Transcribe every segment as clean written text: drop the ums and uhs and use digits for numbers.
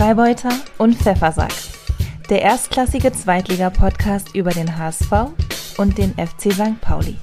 Freibeuter und Pfeffersack. Der erstklassige Zweitliga-Podcast über den HSV und den FC St. Pauli.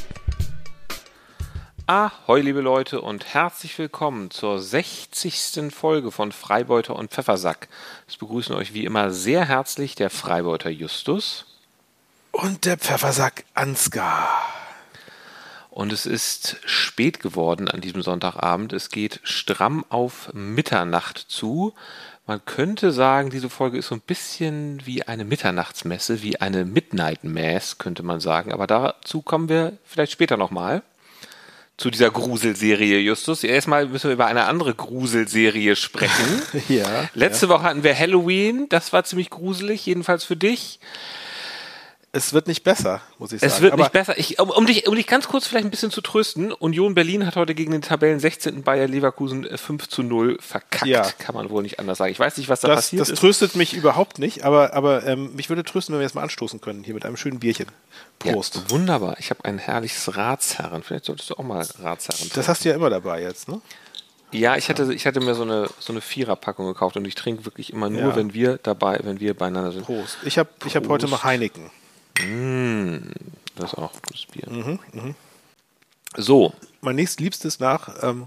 Ahoi, liebe Leute, und herzlich willkommen zur 60. Folge von Freibeuter und Pfeffersack. Es begrüßen euch wie immer sehr herzlich der Freibeuter Justus und der Pfeffersack Ansgar. Und es ist spät geworden an diesem Sonntagabend. Es geht stramm auf Mitternacht zu. Man könnte sagen, diese Folge ist so ein bisschen wie eine Mitternachtsmesse, wie eine Midnight Mass, könnte man sagen. Aber dazu kommen wir vielleicht später nochmal. Zu dieser Gruselserie, Justus. Erstmal müssen wir über eine andere Gruselserie sprechen. Letzte Woche hatten wir Halloween. Das war ziemlich gruselig, jedenfalls für dich. Es wird nicht besser, muss ich sagen. Es wird nicht besser. Um dich ganz kurz vielleicht ein bisschen zu trösten. Union Berlin hat heute gegen den Tabellen 16. Bayer Leverkusen 5-0 verkackt. Ja. Kann man wohl nicht anders sagen. Ich weiß nicht, was da passiert ist. Das tröstet mich überhaupt nicht, aber mich würde trösten, wenn wir jetzt mal anstoßen können, hier mit einem schönen Bierchen. Prost. Ja, wunderbar. Ich habe ein herrliches Ratsherren. Vielleicht solltest du auch mal Ratsherren trinken. Das hast du ja immer dabei jetzt, ne? Ja, ich hatte mir so eine Viererpackung gekauft und ich trinke wirklich immer nur, wenn wir beieinander sind. Prost. Ich hab heute mal Heineken. Das ist auch gutes Bier. So. Mein nächstliebstes nach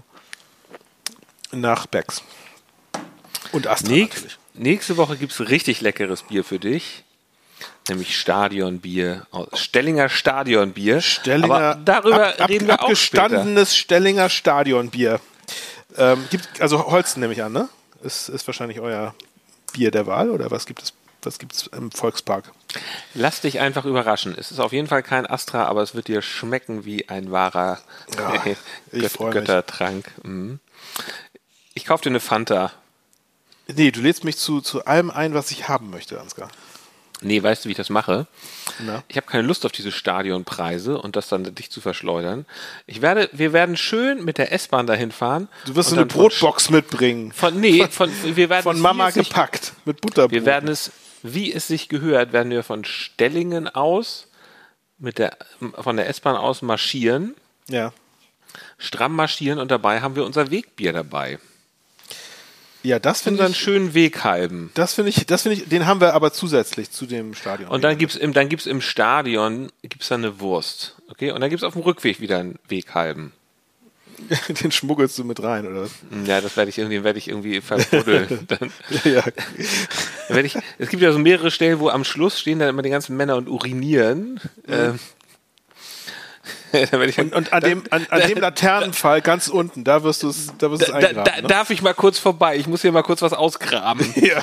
Becks. Und Astra natürlich. Nächste Woche gibt es richtig leckeres Bier für dich. Nämlich Stadionbier. Stellinger Stadionbier. Aber darüber reden wir auch später. Abgestandenes Stellinger Stadionbier. Also Holzen nehme ich an, ne? Ist wahrscheinlich euer Bier der Wahl, oder was gibt es? Was gibt's im Volkspark? Lass dich einfach überraschen. Es ist auf jeden Fall kein Astra, aber es wird dir schmecken wie ein wahrer Göttertrank. Ich kaufe dir eine Fanta. Nee, du lädst mich zu allem ein, was ich haben möchte, Ansgar. Nee, weißt du, wie ich das mache? Na? Ich habe keine Lust auf diese Stadionpreise und das dann dich zu verschleudern. Wir werden schön mit der S-Bahn dahin fahren. Du wirst so eine Brotbox mitbringen. Von Mama gepackt mit Butterbrot. Wir werden es, wie es sich gehört, werden wir von Stellingen aus von der S-Bahn aus marschieren. Ja. Stramm marschieren und dabei haben wir unser Wegbier dabei. Ja, das finde ich. Unseren schönen Weghalben. Das finde ich, den haben wir aber zusätzlich zu dem Stadion. Und dann gibt's im Stadion dann eine Wurst. Okay? Und dann gibt's auf dem Rückweg wieder einen Weghalben. Den schmuggelst du mit rein, oder was? Ja, das werde ich irgendwie verbuddeln. Ja. Es gibt ja so mehrere Stellen, wo am Schluss stehen dann immer die ganzen Männer und urinieren. Und an dem Laternenpfahl ganz unten, da wirst du es eingraben. Ne? Darf ich mal kurz vorbei? Ich muss hier mal kurz was ausgraben. Ja.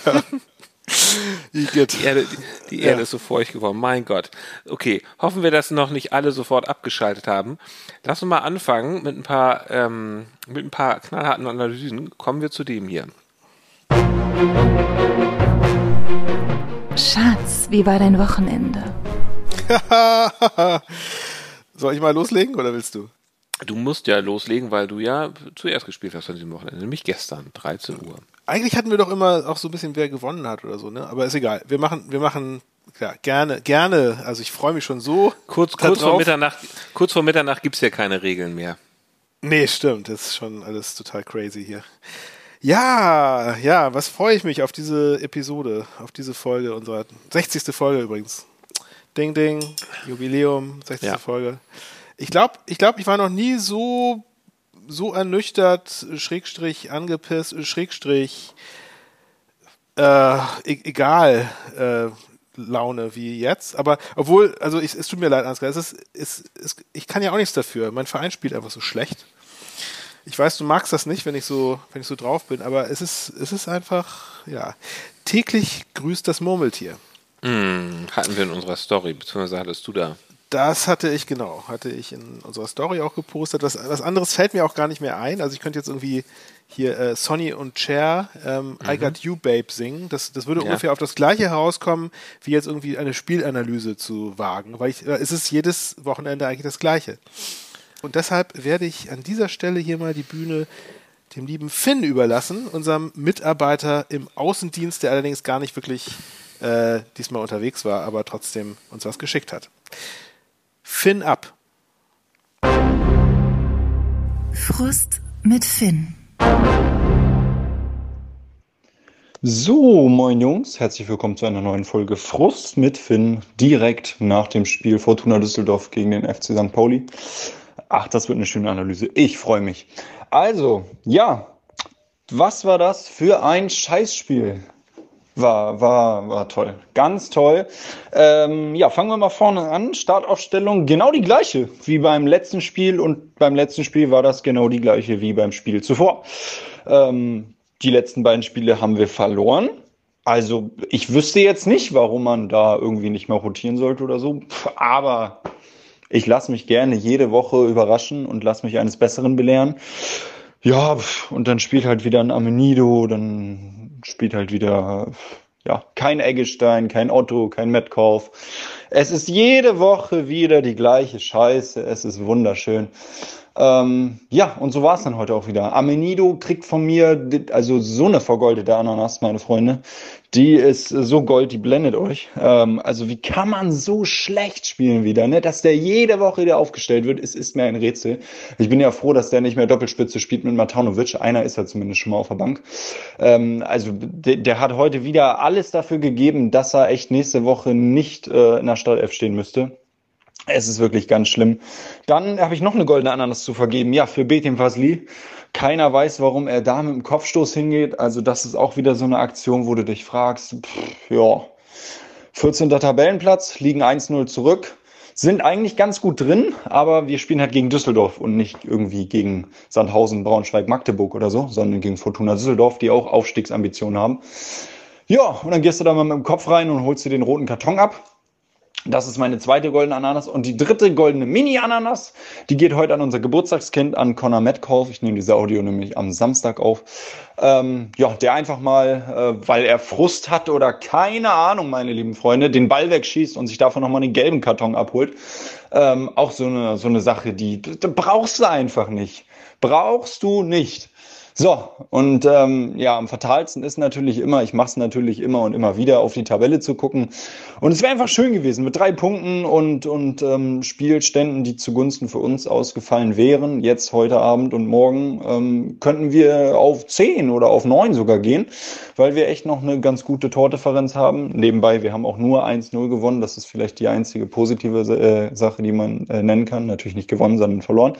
Die Erde ist so feucht geworden. Mein Gott. Okay, hoffen wir, dass noch nicht alle sofort abgeschaltet haben. Lass uns mal anfangen mit ein paar knallharten Analysen. Kommen wir zu dem hier. Schatz, wie war dein Wochenende? Soll ich mal loslegen oder willst du? Du musst ja loslegen, weil du ja zuerst gespielt hast an diesem Wochenende, nämlich gestern, 13 Uhr. Eigentlich hatten wir doch immer auch so ein bisschen, wer gewonnen hat oder so, ne? Aber ist egal. Wir machen klar, gerne. Also ich freue mich schon so. Kurz vor Mitternacht gibt's ja keine Regeln mehr. Nee, stimmt. Das ist schon alles total crazy hier. Ja, was freue ich mich auf diese Episode, auf diese Folge, unserer 60. Folge übrigens. Ding, ding, Jubiläum, 60. Folge. Ich glaube, ich war noch nie so ernüchtert, / angepisst, / egal Laune wie jetzt. Aber obwohl, also es tut mir leid, Ansgar, ich kann ja auch nichts dafür. Mein Verein spielt einfach so schlecht. Ich weiß, du magst das nicht, wenn ich so drauf bin, aber es ist einfach, ja, täglich grüßt das Murmeltier. Hatten wir in unserer Story, beziehungsweise hattest du da? Das hatte ich in unserer Story auch gepostet. Was anderes fällt mir auch gar nicht mehr ein. Also ich könnte jetzt irgendwie hier Sonny und Cher I Got You Babe singen. Das würde ungefähr auf das Gleiche herauskommen, wie jetzt irgendwie eine Spielanalyse zu wagen, weil es ist jedes Wochenende eigentlich das Gleiche. Und deshalb werde ich an dieser Stelle hier mal die Bühne dem lieben Finn überlassen, unserem Mitarbeiter im Außendienst, der allerdings gar nicht wirklich diesmal unterwegs war, aber trotzdem uns was geschickt hat. Finn ab. Frust mit Finn. So, moin Jungs, herzlich willkommen zu einer neuen Folge Frust mit Finn, direkt nach dem Spiel Fortuna Düsseldorf gegen den FC St. Pauli. Ach, das wird eine schöne Analyse. Ich freue mich. Also, ja, was war das für ein Scheißspiel? War toll. Ganz toll. Ja, fangen wir mal vorne an. Startaufstellung genau die gleiche wie beim letzten Spiel und beim letzten Spiel war das genau die gleiche wie beim Spiel zuvor. Die letzten beiden Spiele haben wir verloren. Also ich wüsste jetzt nicht, warum man da irgendwie nicht mehr rotieren sollte oder so. Aber ich lasse mich gerne jede Woche überraschen und lasse mich eines Besseren belehren. Ja, und dann spielt halt wieder ein Amenido, dann spielt halt wieder, ja, kein Eggestein, kein Otto, kein Metcalf. Es ist jede Woche wieder die gleiche Scheiße. Es ist wunderschön. Ja, und so war es dann heute auch wieder. Amenido kriegt von mir, also so eine vergoldete Ananas, meine Freunde. Die ist so gold, die blendet euch. Also wie kann man so schlecht spielen wieder, ne? Dass der jede Woche wieder aufgestellt wird, ist mir ein Rätsel. Ich bin ja froh, dass der nicht mehr Doppelspitze spielt mit Matanovic. Einer ist ja zumindest schon mal auf der Bank. Also der hat heute wieder alles dafür gegeben, dass er echt nächste Woche nicht in der Startelf stehen müsste. Es ist wirklich ganz schlimm. Dann habe ich noch eine goldene Ananas zu vergeben. Ja, für Betim Fasli. Keiner weiß, warum er da mit dem Kopfstoß hingeht. Also das ist auch wieder so eine Aktion, wo du dich fragst, ja, 14. Tabellenplatz, liegen 1-0 zurück, sind eigentlich ganz gut drin, aber wir spielen halt gegen Düsseldorf und nicht irgendwie gegen Sandhausen, Braunschweig, Magdeburg oder so, sondern gegen Fortuna Düsseldorf, die auch Aufstiegsambitionen haben. Ja, und dann gehst du da mal mit dem Kopf rein und holst dir den roten Karton ab. Das ist meine zweite goldene Ananas. Und die dritte goldene Mini-Ananas, die geht heute an unser Geburtstagskind, an Connor Metcalf. Ich nehme diese Audio nämlich am Samstag auf. Ja, der einfach mal, weil er Frust hat oder keine Ahnung, meine lieben Freunde, den Ball wegschießt und sich davon nochmal den gelben Karton abholt. Auch so eine Sache, die brauchst du einfach nicht. Brauchst du nicht. So, und ja, am fatalsten ist natürlich immer, ich mache es natürlich immer und immer wieder, auf die Tabelle zu gucken. Und es wäre einfach schön gewesen mit 3 Punkten und Spielständen, die zugunsten für uns ausgefallen wären. Jetzt, heute Abend und morgen könnten wir auf 10 oder auf 9 sogar gehen, weil wir echt noch eine ganz gute Tordifferenz haben. Nebenbei, wir haben auch nur 1-0 gewonnen. Das ist vielleicht die einzige positive Sache, die man nennen kann. Natürlich nicht gewonnen, sondern verloren.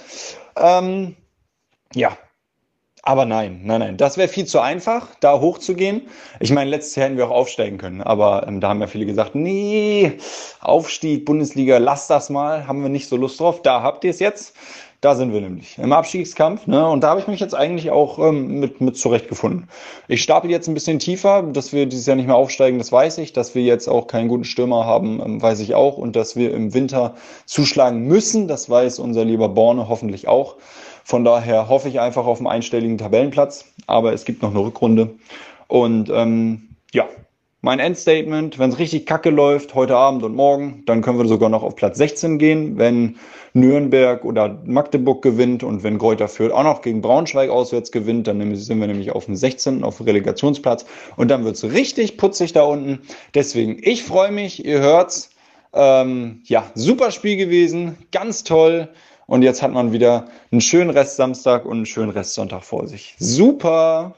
Ja. Aber nein, das wäre viel zu einfach, da hochzugehen. Ich meine, letztes Jahr hätten wir auch aufsteigen können, aber da haben ja viele gesagt, nee, Aufstieg, Bundesliga, lass das mal, haben wir nicht so Lust drauf. Da habt ihr es jetzt, da sind wir nämlich im Abstiegskampf, ne? Und da habe ich mich jetzt eigentlich auch mit zurechtgefunden. Ich stapel jetzt ein bisschen tiefer, dass wir dieses Jahr nicht mehr aufsteigen, das weiß ich. Dass wir jetzt auch keinen guten Stürmer haben, weiß ich auch. Und dass wir im Winter zuschlagen müssen, das weiß unser lieber Borne hoffentlich auch. Von daher hoffe ich einfach auf einen einstelligen Tabellenplatz, aber es gibt noch eine Rückrunde. Und ja, mein Endstatement, wenn es richtig kacke läuft, heute Abend und morgen, dann können wir sogar noch auf Platz 16 gehen, wenn Nürnberg oder Magdeburg gewinnt und wenn Greuther Fürth auch noch gegen Braunschweig auswärts gewinnt, dann sind wir nämlich auf dem 16. auf dem Relegationsplatz und dann wird es richtig putzig da unten. Deswegen, ich freue mich, ihr hört's. Ja, super Spiel gewesen, ganz toll. Und jetzt hat man wieder einen schönen Rest Samstag und einen schönen Rest Sonntag vor sich. Super!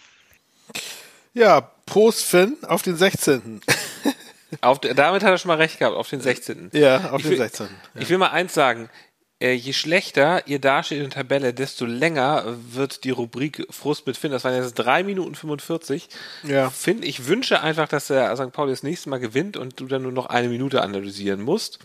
Ja, Prost Finn auf den 16. Damit hat er schon mal recht gehabt, auf den 16. Ja, auf den 16. Ja. Ich will mal eins sagen. Je schlechter ihr dasteht in der Tabelle, desto länger wird die Rubrik Frust mit Finn. Das waren jetzt 3 Minuten 45. Ja. Finn, ich wünsche einfach, dass der St. Pauli das nächste Mal gewinnt und du dann nur noch 1 Minute analysieren musst.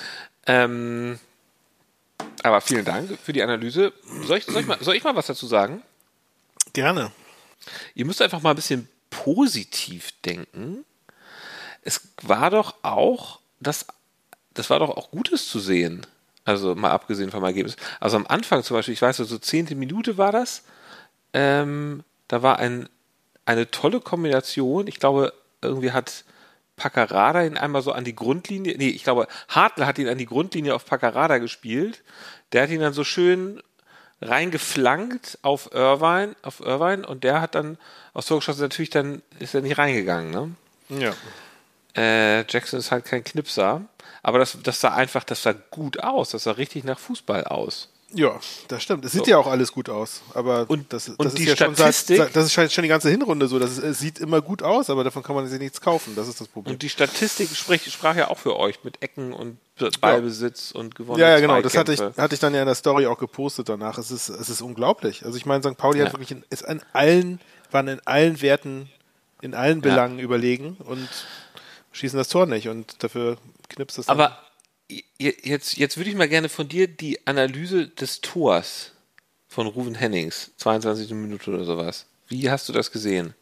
Aber vielen Dank für die Analyse. Soll ich mal was dazu sagen? Gerne. Ihr müsst einfach mal ein bisschen positiv denken. Es war doch auch, das war doch auch Gutes zu sehen. Also mal abgesehen vom Ergebnis. Also am Anfang zum Beispiel, ich weiß so 10. Minute war das. Da war eine tolle Kombination. Ich glaube, irgendwie hat Paccarada ihn einmal so an die Grundlinie, nee, ich glaube, Hartl hat ihn an die Grundlinie auf Paccarada gespielt. Der hat ihn dann so schön reingeflankt auf Irvine und der hat dann aufs Tor geschossen. Natürlich dann ist er nicht reingegangen, ne? Ja. Jackson ist halt kein Knipser, aber das sah gut aus. Das sah richtig nach Fußball aus. Ja, das stimmt. Es sieht ja auch alles gut aus, aber das ist die ja Statistik, das ist schon die ganze Hinrunde so. Es sieht immer gut aus, aber davon kann man sich nichts kaufen. Das ist das Problem. Und die Statistik sprach ja auch für euch mit Ecken und Ballbesitz und gewonnenen Ja, genau. Das Zweikämpfe. hatte ich dann ja in der Story auch gepostet danach. Es ist unglaublich. Also ich meine, St. Pauli hat wirklich waren in allen Werten, in allen Belangen überlegen und schießen das Tor nicht und dafür knipst es dann. Aber jetzt würde ich mal gerne von dir die Analyse des Tors von Ruven Hennings, 22. Minute oder sowas. Wie hast du das gesehen?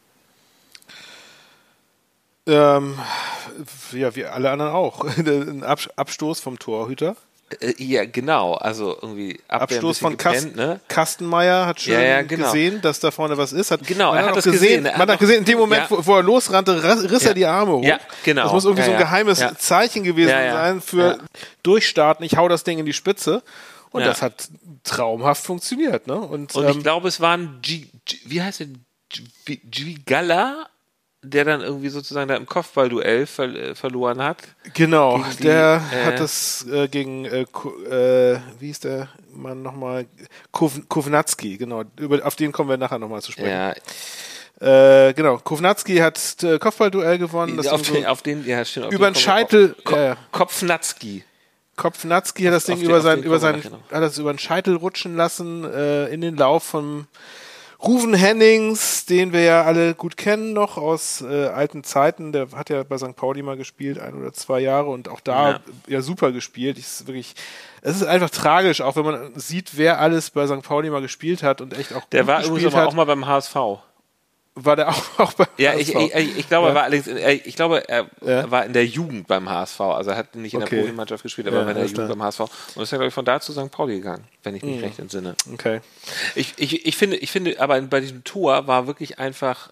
Ja, wie alle anderen auch. Ein Abstoß vom Torhüter. Ja, genau. Also irgendwie Abstoß von ne? Kastenmeier hat schön gesehen, dass da vorne was ist. Er hat das gesehen. Man hat gesehen, in dem Moment, wo er losrannte, riss er die Arme hoch. Ja, genau. Das muss irgendwie so ein geheimes Zeichen gewesen sein für Durchstarten. Ich hau das Ding in die Spitze. Und das hat traumhaft funktioniert. Ne? Und ich glaube, es waren wie heißt der? Gala, der dann irgendwie sozusagen da im Kopfballduell verloren hat. Genau, der hat das gegen, wie hieß der Mann nochmal? Kovnatski, genau. Auf den kommen wir nachher nochmal zu sprechen. Ja. Genau, Kovnatski hat Kopfballduell gewonnen. Das über den Scheitel. Kopfnatski. Kopfnatski hat das Ding über den Scheitel rutschen lassen, in den Lauf von Ruven Hennings, den wir ja alle gut kennen noch aus alten Zeiten. Der hat ja bei St. Pauli mal gespielt, 1 oder 2 Jahre und auch da super gespielt. Es ist einfach tragisch, auch wenn man sieht, wer alles bei St. Pauli mal gespielt hat und echt auch gut Der war übrigens aber auch mal beim HSV. War der auch beim HSV? Ich glaube, er war in der Jugend beim HSV. Also er hat nicht in der Profimannschaft gespielt, aber war in der Jugend beim HSV. Und ist ja, glaube ich, von da zu St. Pauli gegangen, wenn ich mich recht entsinne. Okay. Ich finde, aber bei diesem Tor war wirklich einfach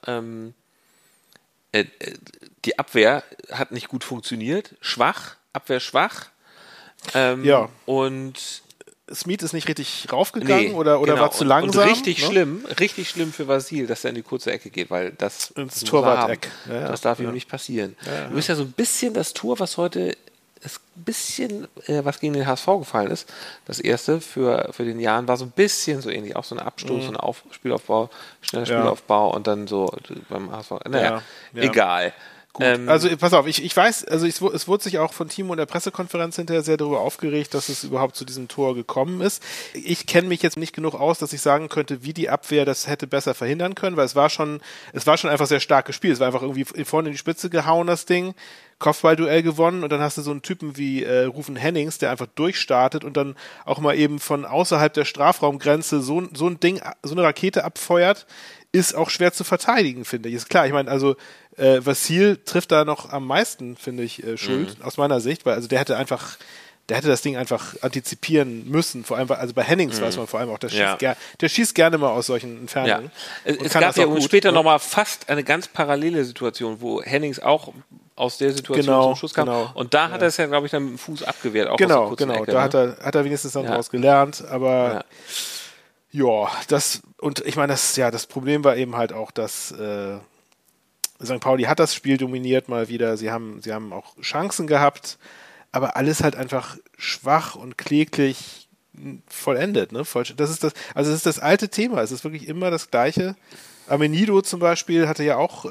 die Abwehr hat nicht gut funktioniert. Abwehr schwach. Und Smith ist nicht richtig raufgegangen oder war zu langsam. Und richtig schlimm für Vasil, dass er in die kurze Ecke geht, weil das ins Torwart-Eck. Das darf ihm nicht passieren. Ja. Du bist ja so ein bisschen das Tor, was heute was gegen den HSV gefallen ist. Das erste für den Jahren war so ein bisschen so ähnlich, auch so ein Abstoß, so ein Spielaufbau, schneller Spielaufbau und dann so beim HSV. Egal. Gut. Also pass auf, ich weiß, also es wurde sich auch von Timo in der Pressekonferenz hinterher sehr darüber aufgeregt, dass es überhaupt zu diesem Tor gekommen ist. Ich kenne mich jetzt nicht genug aus, dass ich sagen könnte, wie die Abwehr das hätte besser verhindern können, weil es war schon einfach sehr stark gespielt. Es war einfach irgendwie vorne in die Spitze gehauen, das Ding, Kopfballduell gewonnen und dann hast du so einen Typen wie Ruven Hennings, der einfach durchstartet und dann auch mal eben von außerhalb der Strafraumgrenze so ein Ding, so eine Rakete abfeuert, ist auch schwer zu verteidigen, finde ich. Ist klar, ich meine, also Vasil trifft da noch am meisten, finde ich, Schuld, aus meiner Sicht, weil also der hätte das Ding einfach antizipieren müssen, vor allem, also bei Hennings weiß man vor allem auch, der schießt gerne mal aus solchen Entfernungen. Ja. Es gab ja später nochmal fast eine ganz parallele Situation, wo Hennings auch aus der Situation zum Schuss kam. Genau. Und da hat er es ja, glaube ich, dann mit dem Fuß abgewehrt. Auch genau, aus der genau. Ecke, Da hat er wenigstens dann draus gelernt, aber und ich meine, das Problem war eben halt auch, dass St. Pauli hat das Spiel dominiert mal wieder. Sie haben auch Chancen gehabt, aber alles halt einfach schwach und kläglich vollendet. Ne? Das ist das alte Thema. Es ist wirklich immer das Gleiche. Amenido zum Beispiel hatte ja auch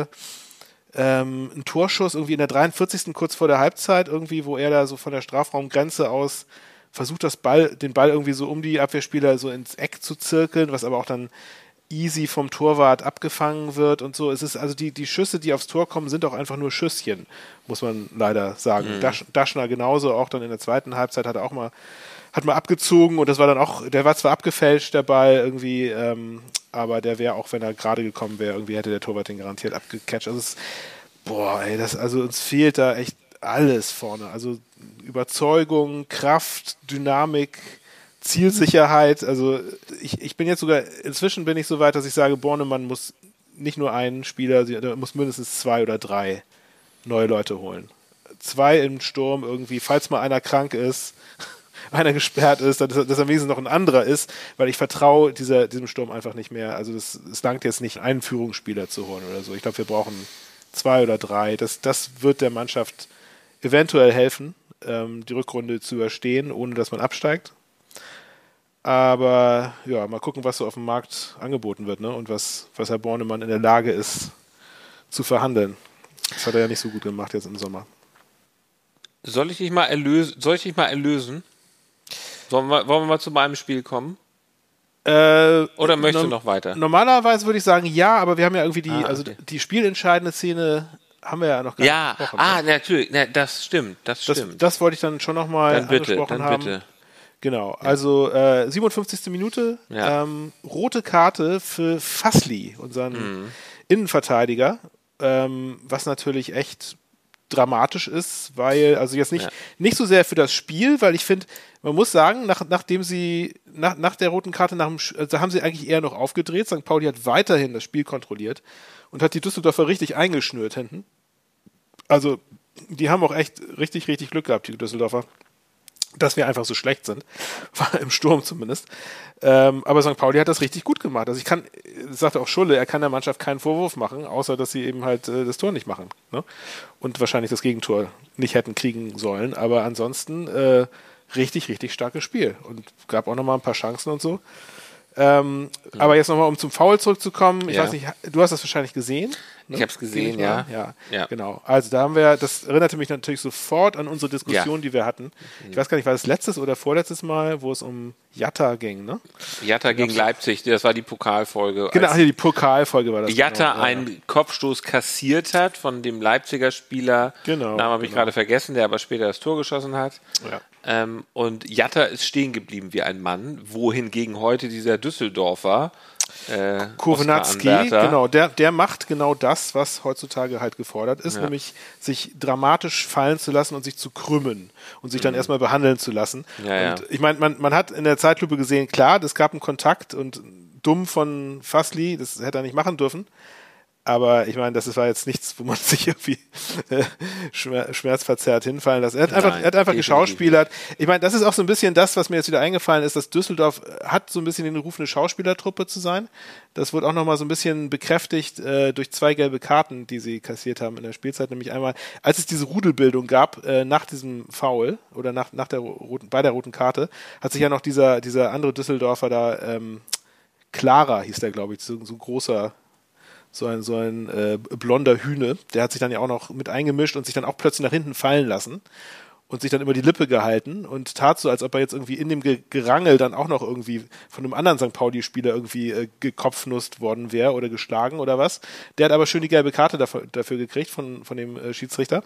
einen Torschuss irgendwie in der 43. kurz vor der Halbzeit irgendwie, wo er da so von der Strafraumgrenze aus versucht, den Ball irgendwie so um die Abwehrspieler so ins Eck zu zirkeln, was aber auch dann easy vom Torwart abgefangen wird und so. Es ist also die Schüsse, die aufs Tor kommen, sind auch einfach nur Schüsschen, muss man leider sagen. Daschner genauso, auch dann in der zweiten Halbzeit hat mal abgezogen und das war dann auch, der war zwar abgefälscht, der Ball irgendwie, aber der wäre auch, wenn er gerade gekommen wäre, irgendwie hätte der Torwart den garantiert abgecatcht. Also uns fehlt da echt alles vorne. Also Überzeugung, Kraft, Dynamik, Zielsicherheit, also ich bin jetzt sogar, inzwischen bin ich so weit, dass ich sage, Bornemann muss nicht nur einen Spieler, der muss mindestens 2 oder 3 neue Leute holen. 2 im Sturm irgendwie, falls mal einer krank ist, einer gesperrt ist, dass am wenigstens noch ein anderer ist, weil ich vertraue diesem Sturm einfach nicht mehr. Also es langt jetzt nicht, einen Führungsspieler zu holen oder so. Ich glaube, wir brauchen 2 oder 3. Das wird der Mannschaft eventuell helfen, die Rückrunde zu überstehen, ohne dass man absteigt. Aber ja, mal gucken, was so auf dem Markt angeboten wird, ne? Und was Herr Bornemann in der Lage ist zu verhandeln. Das hat er ja nicht so gut gemacht jetzt im Sommer. Soll ich dich mal erlösen? Wollen wir mal zu meinem Spiel kommen? Oder möchtest du noch weiter? Normalerweise würde ich sagen, ja, aber wir haben ja irgendwie die spielentscheidende Szene haben wir ja noch gar nicht gesprochen. Natürlich, das stimmt. Das wollte ich dann schon nochmal angesprochen haben. Bitte. Genau, also 57. Minute, rote Karte für Fassli, unseren Innenverteidiger, was natürlich echt dramatisch ist, weil, also jetzt nicht so sehr für das Spiel, weil ich finde, man muss sagen, nach der roten Karte, da haben sie eigentlich eher noch aufgedreht. St. Pauli hat weiterhin das Spiel kontrolliert und hat die Düsseldorfer richtig eingeschnürt hinten. Also, die haben auch echt richtig, richtig Glück gehabt, die Düsseldorfer, dass wir einfach so schlecht sind. War im Sturm zumindest. Aber St. Pauli hat das richtig gut gemacht. Also sagte auch Schulle, er kann der Mannschaft keinen Vorwurf machen, außer dass sie eben halt das Tor nicht machen. Ne? Und wahrscheinlich das Gegentor nicht hätten kriegen sollen. Aber ansonsten richtig, richtig starkes Spiel. Und gab auch nochmal ein paar Chancen und so. Aber jetzt nochmal, um zum Foul zurückzukommen, ich weiß nicht, du hast das wahrscheinlich gesehen? Ne? Ich habe es gesehen, ja. Genau. Also da haben das erinnerte mich natürlich sofort an unsere Diskussion, die wir hatten. Ich weiß gar nicht, war das letztes oder vorletztes Mal, wo es um Jatta ging, ne? Jatta gegen Leipzig, das war die Pokalfolge. Genau, die Pokalfolge war das. Jatta einen Kopfstoß kassiert hat von dem Leipziger Spieler, Namen habe ich gerade vergessen, der aber später das Tor geschossen hat. Ja. Und Jatta ist stehen geblieben wie ein Mann, wohingegen heute dieser Düsseldorfer Kownacki, genau, der macht genau das, was heutzutage halt gefordert ist, nämlich sich dramatisch fallen zu lassen und sich zu krümmen und sich dann erstmal behandeln zu lassen. Und ich meine, man hat in der Zeitlupe gesehen, klar, es gab einen Kontakt und dumm von Fassli, das hätte er nicht machen dürfen. Aber ich meine, das war jetzt nichts, wo man sich irgendwie schmerzverzerrt hinfallen lässt. Er hat einfach geschauspielert. Ich meine, das ist auch so ein bisschen das, was mir jetzt wieder eingefallen ist, dass Düsseldorf hat so ein bisschen den Ruf, eine Schauspielertruppe zu sein. Das wurde auch nochmal so ein bisschen bekräftigt durch 2 gelbe Karten, die sie kassiert haben in der Spielzeit. Nämlich einmal, als es diese Rudelbildung gab, nach diesem Foul oder bei der roten Karte, hat sich ja noch dieser andere Düsseldorfer da, Clara hieß der, glaube ich, so ein großer, so ein blonder Hühne, der hat sich dann ja auch noch mit eingemischt und sich dann auch plötzlich nach hinten fallen lassen und sich dann immer die Lippe gehalten und tat so, als ob er jetzt irgendwie in dem Gerangel dann auch noch irgendwie von einem anderen St. Pauli-Spieler irgendwie gekopfnusst worden wäre oder geschlagen oder was. Der hat aber schön die gelbe Karte dafür gekriegt von dem Schiedsrichter.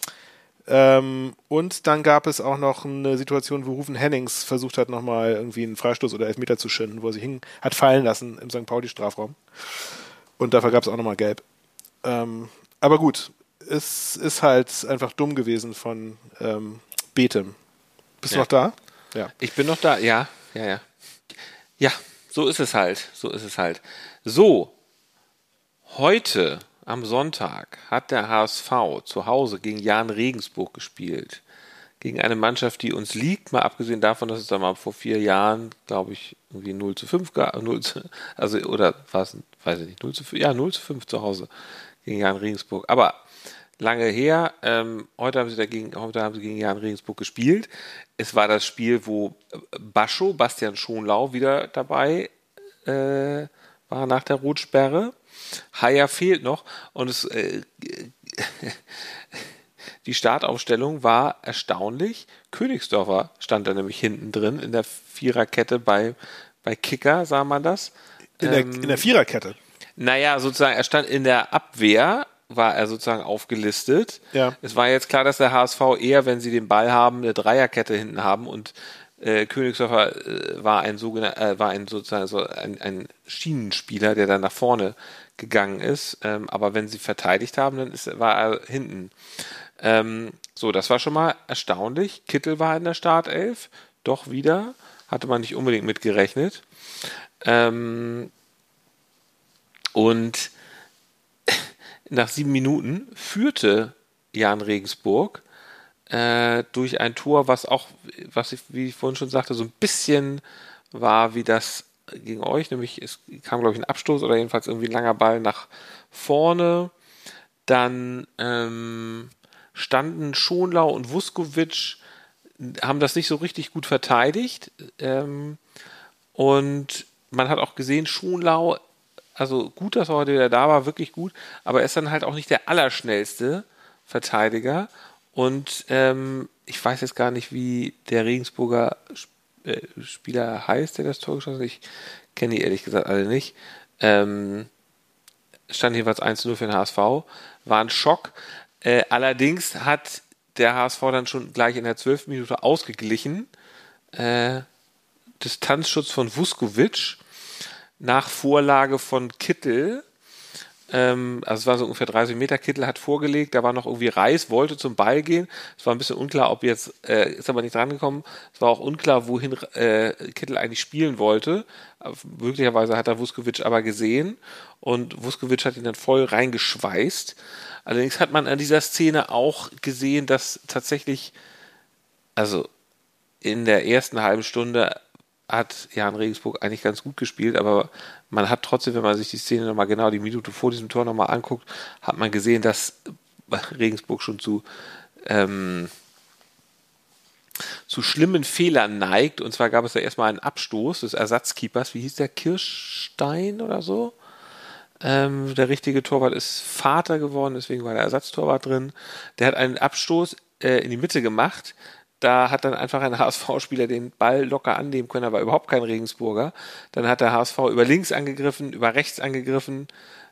Und dann gab es auch noch eine Situation, wo Ruven Hennings versucht hat, nochmal irgendwie einen Freistoß oder Elfmeter zu schinden, wo er sich hat fallen lassen im St. Pauli-Strafraum. Und dafür gab es auch nochmal Gelb. Aber gut, es ist halt einfach dumm gewesen von Betem. Bist du noch da? Ja. Ich bin noch da, ja. Ja, so ist es halt. So, heute am Sonntag hat der HSV zu Hause gegen Jahn Regensburg gespielt. Gegen eine Mannschaft, die uns liegt, mal abgesehen davon, dass es da mal vor 4 Jahren, glaube ich, irgendwie 0:5 gab, oder war es, weiß ich nicht, 0:5, ja, 0:5 zu Hause gegen Jahn Regensburg. Aber lange her, heute haben sie gegen Jahn Regensburg gespielt. Es war das Spiel, wo Bastian Schonlau wieder dabei war nach der Rotsperre. Haier fehlt noch und die Startaufstellung war erstaunlich. Königsdörfer stand da nämlich hinten drin in der Viererkette bei Kicker, sah man das. In der Viererkette? Naja, sozusagen, er stand in der Abwehr, war er sozusagen aufgelistet. Ja. Es war jetzt klar, dass der HSV eher, wenn sie den Ball haben, eine Dreierkette hinten haben und Königsdörfer war ein Schienenspieler, der dann nach vorne gegangen ist. Aber wenn sie verteidigt haben, dann war er hinten. So, das war schon mal erstaunlich. Kittel war in der Startelf, doch wieder. Hatte man nicht unbedingt mit gerechnet. Und nach 7 Minuten führte Jahn Regensburg durch ein Tor, was ich, wie ich vorhin schon sagte, so ein bisschen war wie das gegen euch, nämlich es kam, glaube ich, ein Abstoß oder jedenfalls irgendwie ein langer Ball nach vorne. Dann standen Schonlau und Vuskovic, haben das nicht so richtig gut verteidigt Und man hat auch gesehen, Schonlau, also gut, dass er heute wieder da war, wirklich gut, aber er ist dann halt auch nicht der allerschnellste Verteidiger. Und ich weiß jetzt gar nicht, wie der Regensburger Spieler heißt, der das Tor geschossen hat. Ich kenne die ehrlich gesagt alle nicht. Stand jeweils 1-0 für den HSV. War ein Schock. Allerdings hat der HSV dann schon gleich in der 12. Minute ausgeglichen. Distanzschutz von Vuskovic nach Vorlage von Kittel. Also es war so ungefähr 30 Meter. Kittel hat vorgelegt, da war noch irgendwie Reis, wollte zum Ball gehen. Es war ein bisschen unklar, ob jetzt, ist aber nicht drangekommen. Es war auch unklar, wohin Kittel eigentlich spielen wollte. Möglicherweise hat er Vuskovic aber gesehen und Vuskovic hat ihn dann voll reingeschweißt. Allerdings hat man an dieser Szene auch gesehen, dass tatsächlich, also in der ersten halben Stunde hat Jan Regensburg eigentlich ganz gut gespielt, aber man hat trotzdem, wenn man sich die Szene nochmal genau die Minute vor diesem Tor nochmal anguckt, hat man gesehen, dass Regensburg schon zu schlimmen Fehlern neigt. Und zwar gab es da erstmal einen Abstoß des Ersatzkeepers, wie hieß der, Kirschstein oder so? Der richtige Torwart ist Vater geworden, deswegen war der Ersatztorwart drin. Der hat einen Abstoß in die Mitte gemacht. Da hat dann einfach ein HSV-Spieler den Ball locker annehmen können, aber überhaupt kein Regensburger. Dann hat der HSV über links angegriffen, über rechts angegriffen,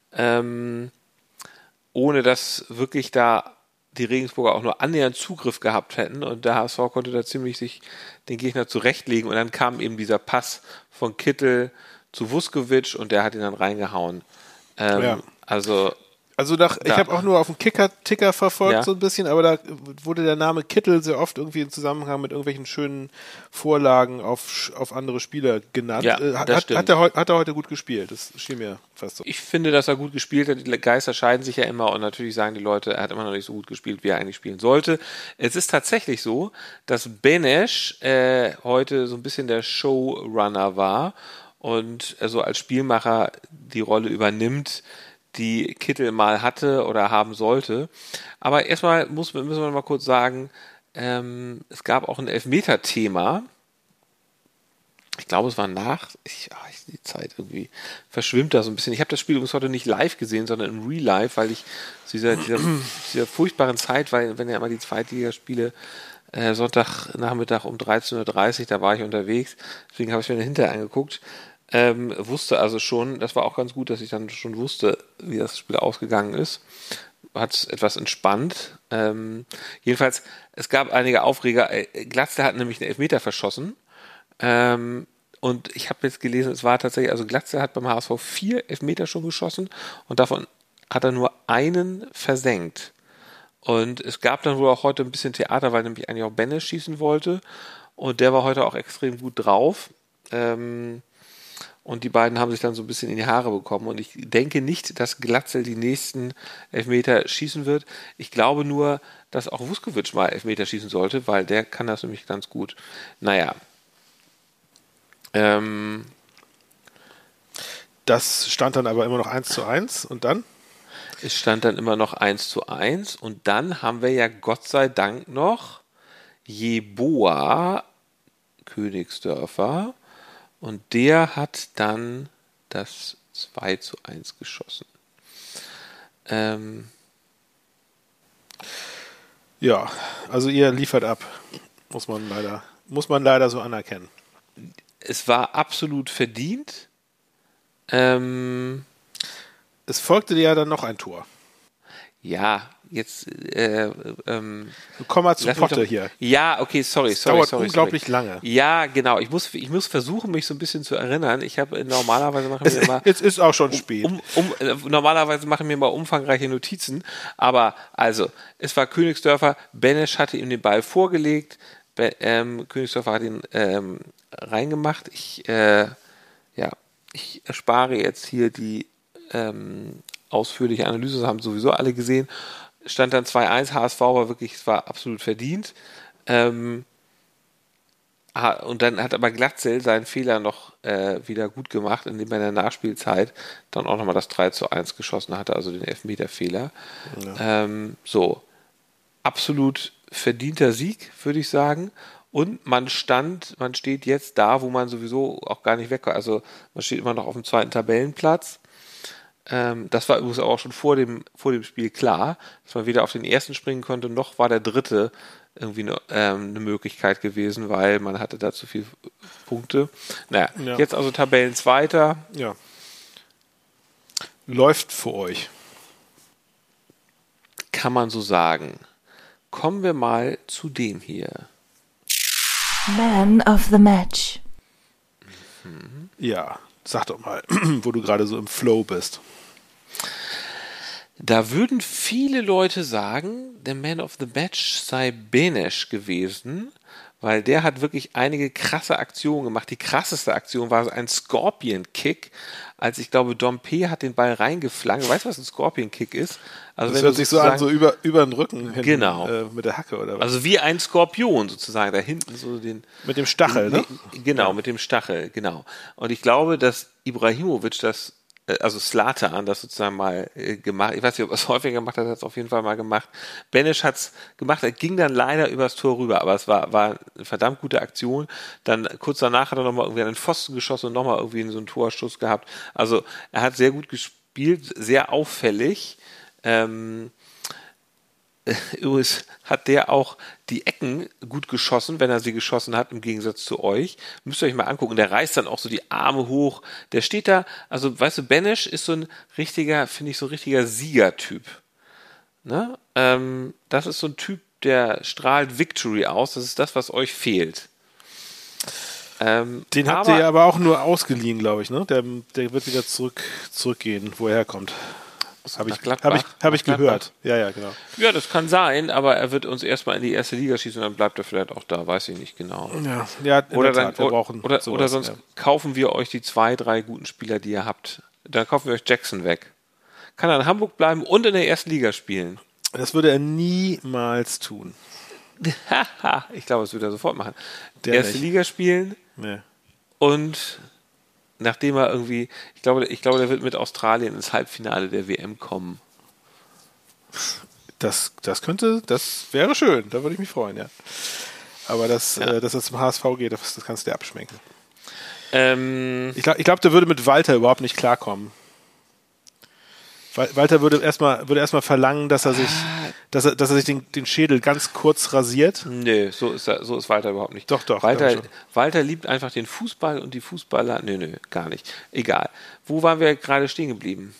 ohne dass wirklich da die Regensburger auch nur annähernd Zugriff gehabt hätten. Und der HSV konnte da ziemlich sich den Gegner zurechtlegen. Und dann kam eben dieser Pass von Kittel zu Vuskovic und der hat ihn dann reingehauen. Also ich habe auch nur auf dem Ticker verfolgt so ein bisschen, aber da wurde der Name Kittel sehr oft irgendwie in Zusammenhang mit irgendwelchen schönen Vorlagen auf andere Spieler genannt. Ja, hat er heute gut gespielt? Das schien mir fast so. Ich finde, dass er gut gespielt hat. Die Geister scheiden sich ja immer und natürlich sagen die Leute, er hat immer noch nicht so gut gespielt, wie er eigentlich spielen sollte. Es ist tatsächlich so, dass Benesch heute so ein bisschen der Showrunner war und so als Spielmacher die Rolle übernimmt, die Kittel mal hatte oder haben sollte. Aber erstmal müssen wir mal kurz sagen, es gab auch ein Elfmeter-Thema. Ich glaube, es war die Zeit irgendwie verschwimmt da so ein bisschen. Ich habe das Spiel übrigens heute nicht live gesehen, sondern im Real Life, weil ich zu dieser furchtbaren Zeit, weil wenn ja immer die Zweitligaspiele Sonntagnachmittag um 13:30 Uhr, da war ich unterwegs, deswegen habe ich mir dann hinterher angeguckt. Wusste also schon, das war auch ganz gut, dass ich dann schon wusste, wie das Spiel ausgegangen ist. Hat es etwas entspannt. Jedenfalls, es gab einige Aufreger. Glatzel hat nämlich einen Elfmeter verschossen. Und ich habe jetzt gelesen, es war tatsächlich, also Glatzel hat beim HSV 4 Elfmeter schon geschossen und davon hat er nur einen versenkt. Und es gab dann wohl auch heute ein bisschen Theater, weil nämlich eigentlich auch Benesch schießen wollte. Und der war heute auch extrem gut drauf. Und die beiden haben sich dann so ein bisschen in die Haare bekommen. Und ich denke nicht, dass Glatzel die nächsten Elfmeter schießen wird. Ich glaube nur, dass auch Vuskovic mal Elfmeter schießen sollte, weil der kann das nämlich ganz gut. Naja. Das stand dann aber immer noch 1:1 und dann? Es stand dann immer noch 1:1 und dann haben wir ja Gott sei Dank noch Jeboa Königsdörfer. Und der hat dann das 2:1 geschossen. Ja, also ihr liefert ab. Muss man leider so anerkennen. Es war absolut verdient. Es folgte dir ja dann noch ein Tor. Ja, jetzt komm mal zu Potte hier. Ja, okay, sorry. Dauert unglaublich lange. Ja, genau. Ich muss versuchen, mich so ein bisschen zu erinnern. Ich habe normalerweise machen wir immer. Jetzt ist auch schon spät. Normalerweise machen wir mal umfangreiche Notizen. Aber also, es war Königsdörfer. Benesch hatte ihm den Ball vorgelegt. Königsdörfer hat ihn reingemacht. Ich erspare jetzt hier die ausführliche Analyse, das haben sowieso alle gesehen. Stand dann 2:1, HSV war wirklich, es war absolut verdient. Und dann hat aber Glatzel seinen Fehler noch wieder gut gemacht, indem er in der Nachspielzeit dann auch nochmal das 3:1 geschossen hatte, also den Elfmeterfehler. Ja. Absolut verdienter Sieg, würde ich sagen. und man steht jetzt da, wo man sowieso auch gar nicht weg kann. Also man steht immer noch auf dem 2. Tabellenplatz. Das war übrigens auch schon vor dem Spiel klar, dass man weder auf den 1. springen konnte, noch war der 3. irgendwie eine Möglichkeit gewesen, weil man hatte da zu viele Punkte. Naja, Jetzt also Tabellenzweiter. Ja. Läuft für euch. Kann man so sagen. Kommen wir mal zu dem hier. Man of the Match. Ja, sag doch mal, wo du gerade so im Flow bist. Da würden viele Leute sagen, der Man of the Match sei Benesch gewesen, weil der hat wirklich einige krasse Aktionen gemacht. Die krasseste Aktion war ein Scorpion-Kick, als ich glaube, Dompe hat den Ball reingeflankt. Weißt du, was ein Scorpion-Kick ist? Also das hört sich so an, so über den Rücken hinten, genau. Mit der Hacke oder was? Also wie ein Skorpion sozusagen, da hinten so den... Mit dem Stachel, ne? Genau, mit dem Stachel, genau. Und ich glaube, dass Ibrahimovic also Zlatan das sozusagen mal gemacht, ich weiß nicht, ob er es häufiger gemacht hat, hat es auf jeden Fall mal gemacht. Benesch hat es gemacht, er ging dann leider übers Tor rüber, aber es war eine verdammt gute Aktion. Dann kurz danach hat er nochmal irgendwie an den Pfosten geschossen und nochmal irgendwie so einen Torschuss gehabt. Also er hat sehr gut gespielt, sehr auffällig. Übrigens hat der auch die Ecken gut geschossen, wenn er sie geschossen hat, im Gegensatz zu euch. Müsst ihr euch mal angucken. Der reißt dann auch so die Arme hoch. Der steht da, also weißt du, Benesch ist so ein richtiger, finde ich, so ein richtiger Siegertyp. Ne? Das ist so ein Typ, der strahlt Victory aus. Das ist das, was euch fehlt. Den habt ihr ja aber auch nur ausgeliehen, glaube ich. Ne? Der wird wieder zurückgehen, wo er herkommt. Habe ich gehört. Ja, genau. Ja, das kann sein, aber er wird uns erstmal in die 1. Liga schießen und dann bleibt er vielleicht auch da, weiß ich nicht genau. Ja, oder sonst kaufen wir euch die 2, 3 guten Spieler, die ihr habt. Dann kaufen wir euch Jackson weg. Kann er in Hamburg bleiben und in der 1. Liga spielen. Das würde er niemals tun. Ich glaube, das würde er sofort machen. Der 1. Liga spielen und nachdem er irgendwie, ich glaube, der wird mit Australien ins Halbfinale der WM kommen. Das wäre schön, da würde ich mich freuen, ja. Aber dass er zum HSV geht, das kannst du dir abschminken. Ich glaube, der würde mit Walter überhaupt nicht klarkommen. Walter würde erstmal verlangen, dass er sich den Schädel ganz kurz rasiert. Nö, so ist Walter überhaupt nicht. Doch. Walter liebt einfach den Fußball und die Fußballer. Nö, gar nicht. Egal. Wo waren wir gerade stehen geblieben?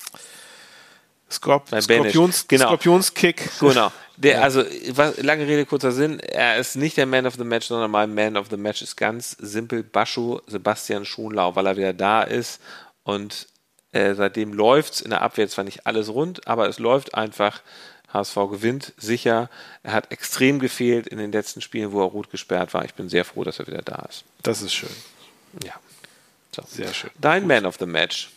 Skorpionskick. Genau. Lange Rede, kurzer Sinn. Er ist nicht der Man of the Match, sondern mein Man of the Match ist ganz simpel Bascho Sebastian Schonlau, weil er wieder da ist und seitdem läuft's in der Abwehr zwar nicht alles rund, aber es läuft einfach. HSV gewinnt sicher. Er hat extrem gefehlt in den letzten Spielen, wo er rot gesperrt war. Ich bin sehr froh, dass er wieder da ist. Das ist schön. Ja. So. Sehr schön. Dein Man of the Match.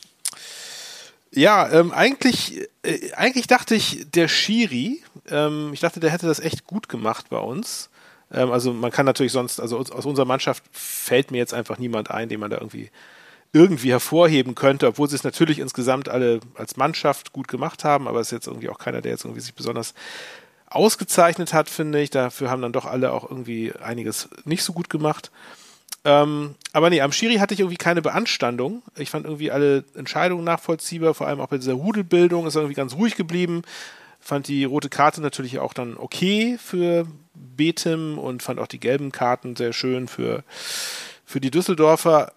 Ja, eigentlich dachte ich, der Schiri, ich dachte, der hätte das echt gut gemacht bei uns. Also man kann natürlich sonst, also aus unserer Mannschaft fällt mir jetzt einfach niemand ein, den man da irgendwie hervorheben könnte, obwohl sie es natürlich insgesamt alle als Mannschaft gut gemacht haben, aber es ist jetzt irgendwie auch keiner, der jetzt irgendwie sich besonders ausgezeichnet hat, finde ich. Dafür haben dann doch alle auch irgendwie einiges nicht so gut gemacht. Aber nee, am Schiri hatte ich irgendwie keine Beanstandung. Ich fand irgendwie alle Entscheidungen nachvollziehbar, vor allem auch bei dieser Rudelbildung ist er irgendwie ganz ruhig geblieben. Fand die rote Karte natürlich auch dann okay für Betim und fand auch die gelben Karten sehr schön für die Düsseldorfer.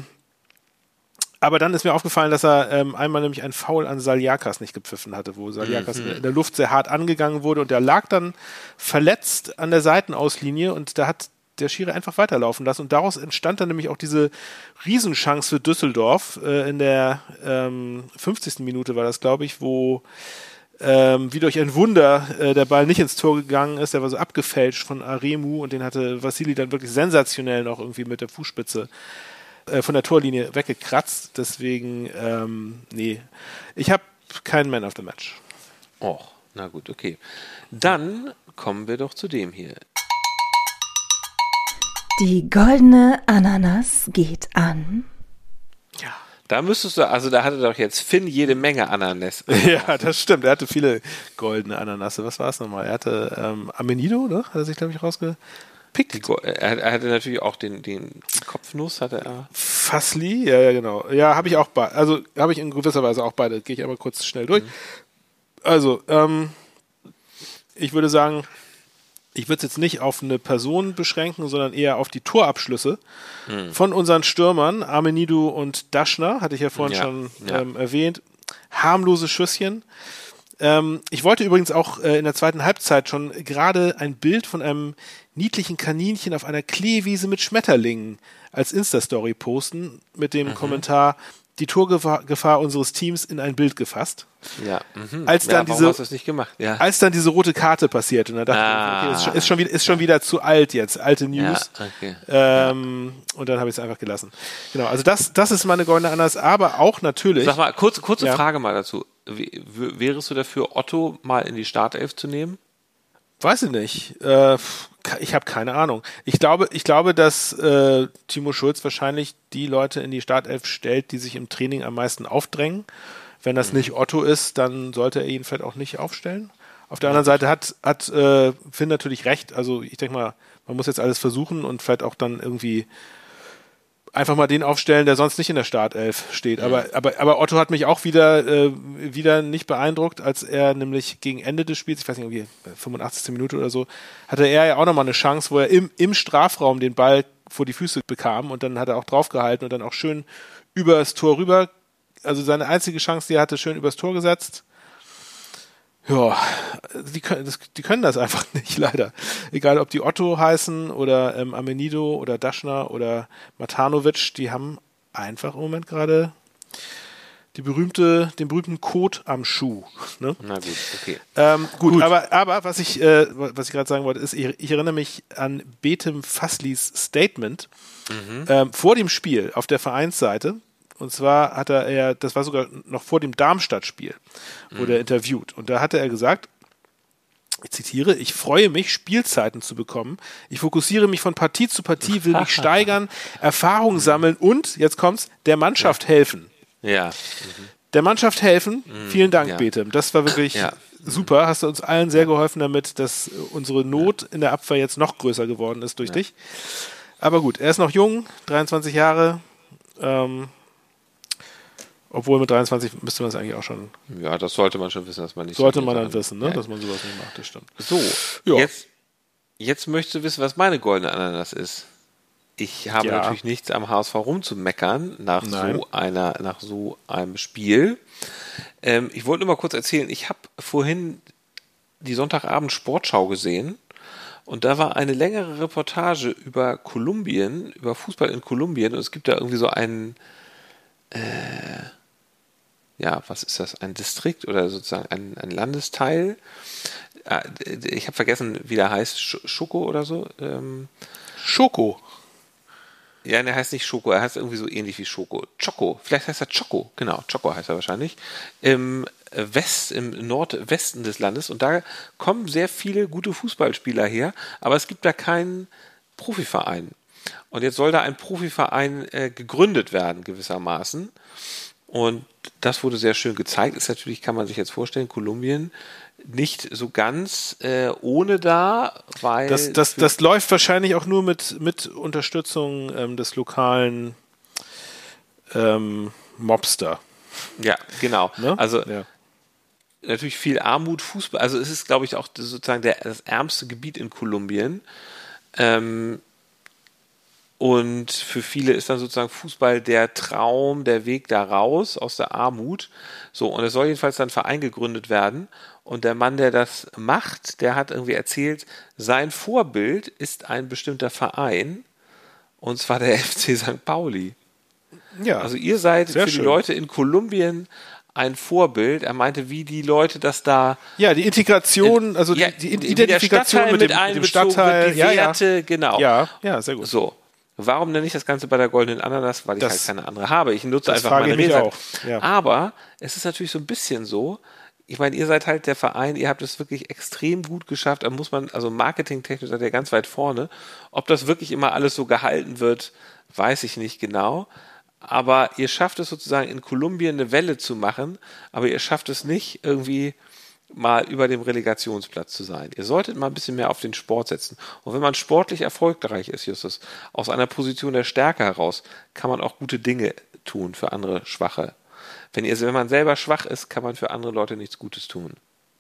Aber dann ist mir aufgefallen, dass er einmal nämlich einen Foul an Saliakas nicht gepfiffen hatte, wo Saliakas in der Luft sehr hart angegangen wurde und der lag dann verletzt an der Seitenauslinie und da hat der Schiri einfach weiterlaufen lassen und daraus entstand dann nämlich auch diese Riesenchance für Düsseldorf in der 50. Minute war das, glaube ich, wo wie durch ein Wunder der Ball nicht ins Tor gegangen ist, der war so abgefälscht von Aremu und den hatte Vassili dann wirklich sensationell noch irgendwie mit der Fußspitze von der Torlinie weggekratzt. Deswegen, nee. Ich habe keinen Man of the Match. Och, na gut, okay. Dann kommen wir doch zu dem hier. Die goldene Ananas geht an. Ja. Da müsstest du, also da hatte doch jetzt Finn jede Menge Ananas. Ja, das stimmt. Er hatte viele goldene Ananasse. Was war es nochmal? Er hatte Amenido, ne? Hat er sich, glaube ich, Pick. Er hatte natürlich auch den Kopfnuss, hatte er. Fasli, ja, genau. Ja, habe ich auch beide. Also habe ich in gewisser Weise auch beide. Gehe ich aber kurz schnell durch. Also, ich würde sagen, ich würde es jetzt nicht auf eine Person beschränken, sondern eher auf die Torabschlüsse von unseren Stürmern, Amenido und Daschner, hatte ich ja vorhin schon erwähnt. Harmlose Schüsschen. Ich wollte übrigens auch in der zweiten Halbzeit schon gerade ein Bild von einem niedlichen Kaninchen auf einer Kleewiese mit Schmetterlingen als Insta-Story posten mit dem Kommentar: Die Torgefahr unseres Teams in ein Bild gefasst. Ja. Als dann warum hast du das nicht gemacht? Ja. Als dann diese rote Karte passierte, und da dachte ich, okay, ist schon wieder zu alt jetzt, alte News. Ja, okay. Und dann habe ich es einfach gelassen. Genau, also das ist meine goldene Ananas, aber auch natürlich. Sag mal, kurze Frage mal dazu. Wärest du dafür, Otto mal in die Startelf zu nehmen? Weiß ich nicht. Ich habe keine Ahnung. Ich glaube, dass Timo Schulz wahrscheinlich die Leute in die Startelf stellt, die sich im Training am meisten aufdrängen. Wenn das nicht Otto ist, dann sollte er ihn vielleicht auch nicht aufstellen. Auf der anderen Seite hat Finn natürlich recht. Also ich denke mal, man muss jetzt alles versuchen und vielleicht auch dann irgendwie einfach mal den aufstellen, der sonst nicht in der Startelf steht. Aber Otto hat mich auch wieder nicht beeindruckt, als er nämlich gegen Ende des Spiels, ich weiß nicht, irgendwie 85. Minute oder so, hatte er ja auch nochmal eine Chance, wo er im Strafraum den Ball vor die Füße bekam und dann hat er auch draufgehalten und dann auch schön übers Tor rüber, also seine einzige Chance, die er hatte, schön übers Tor gesetzt. Ja, die können das einfach nicht, leider. Egal, ob die Otto heißen oder Amenido oder Daschner oder Matanovic, die haben einfach im Moment gerade den berühmten Kot am Schuh. Ne? Na gut, okay. Gut. Aber was ich gerade sagen wollte, ist, ich erinnere mich an Betem Faslis Statement vor dem Spiel auf der Vereinsseite. Und zwar das war sogar noch vor dem Darmstadt-Spiel, wurde er interviewt. Und da hatte er gesagt, ich zitiere: Ich freue mich, Spielzeiten zu bekommen. Ich fokussiere mich von Partie zu Partie, will mich steigern, Erfahrung sammeln und, jetzt kommt's, der Mannschaft helfen. Ja. Der Mannschaft helfen. Vielen Dank, Betem. Das war wirklich super. Hast du uns allen sehr geholfen damit, dass unsere Not in der Abwehr jetzt noch größer geworden ist durch dich. Aber gut, er ist noch jung, 23 Jahre. Obwohl mit 23 müsste man es eigentlich auch schon. Ja, das sollte man schon wissen, dass man nicht. Sollte man dann wissen, ne? Dass man sowas nicht macht, das stimmt. So, jetzt möchtest du wissen, was meine goldene Ananas ist. Ich habe natürlich nichts am HSV rumzumeckern nach so einem Spiel. Ich wollte nur mal kurz erzählen, ich habe vorhin die Sonntagabend Sportschau gesehen und da war eine längere Reportage über Kolumbien, über Fußball in Kolumbien und es gibt da irgendwie so einen was ist das? Ein Distrikt oder sozusagen ein Landesteil? Ich habe vergessen, wie der heißt. Schoko oder so? Schoko. Ja, der heißt nicht Schoko, er heißt irgendwie so ähnlich wie Schoko. Choco, vielleicht heißt er Choco. Genau, Choco heißt er wahrscheinlich. Im Nordwesten des Landes. Und da kommen sehr viele gute Fußballspieler her, aber es gibt da keinen Profiverein. Und jetzt soll da ein Profiverein gegründet werden, gewissermaßen. Und das wurde sehr schön gezeigt. Ist natürlich, kann man sich jetzt vorstellen, Kolumbien nicht so ganz ohne da, weil... Das läuft wahrscheinlich auch nur mit Unterstützung des lokalen Mobster. Ja, genau. Ne? Also natürlich viel Armut, Fußball. Also es ist, glaube ich, auch sozusagen das ärmste Gebiet in Kolumbien. Und für viele ist dann sozusagen Fußball der Traum, der Weg da raus aus der Armut. So, und es soll jedenfalls dann ein Verein gegründet werden. Und der Mann, der das macht, der hat irgendwie erzählt, sein Vorbild ist ein bestimmter Verein. Und zwar der FC St. Pauli. Ja. Also ihr seid für die Leute in Kolumbien ein Vorbild. Er meinte, wie die Leute das da... Ja, die Integration, also die Identifikation mit dem Stadtteil. Die Werte, genau. Ja, sehr gut. So. Warum nenne ich das Ganze bei der goldenen Ananas? Weil ich halt keine andere habe. Ich nutze einfach meine Redezeit. Ja. Aber es ist natürlich so ein bisschen so, ich meine, ihr seid halt der Verein, ihr habt es wirklich extrem gut geschafft. Da muss man, also marketingtechnisch seid ihr ganz weit vorne. Ob das wirklich immer alles so gehalten wird, weiß ich nicht genau. Aber ihr schafft es sozusagen in Kolumbien eine Welle zu machen, aber ihr schafft es nicht irgendwie mal über dem Relegationsplatz zu sein. Ihr solltet mal ein bisschen mehr auf den Sport setzen. Und wenn man sportlich erfolgreich ist, Justus, aus einer Position der Stärke heraus, kann man auch gute Dinge tun für andere Schwache. Wenn man selber schwach ist, kann man für andere Leute nichts Gutes tun.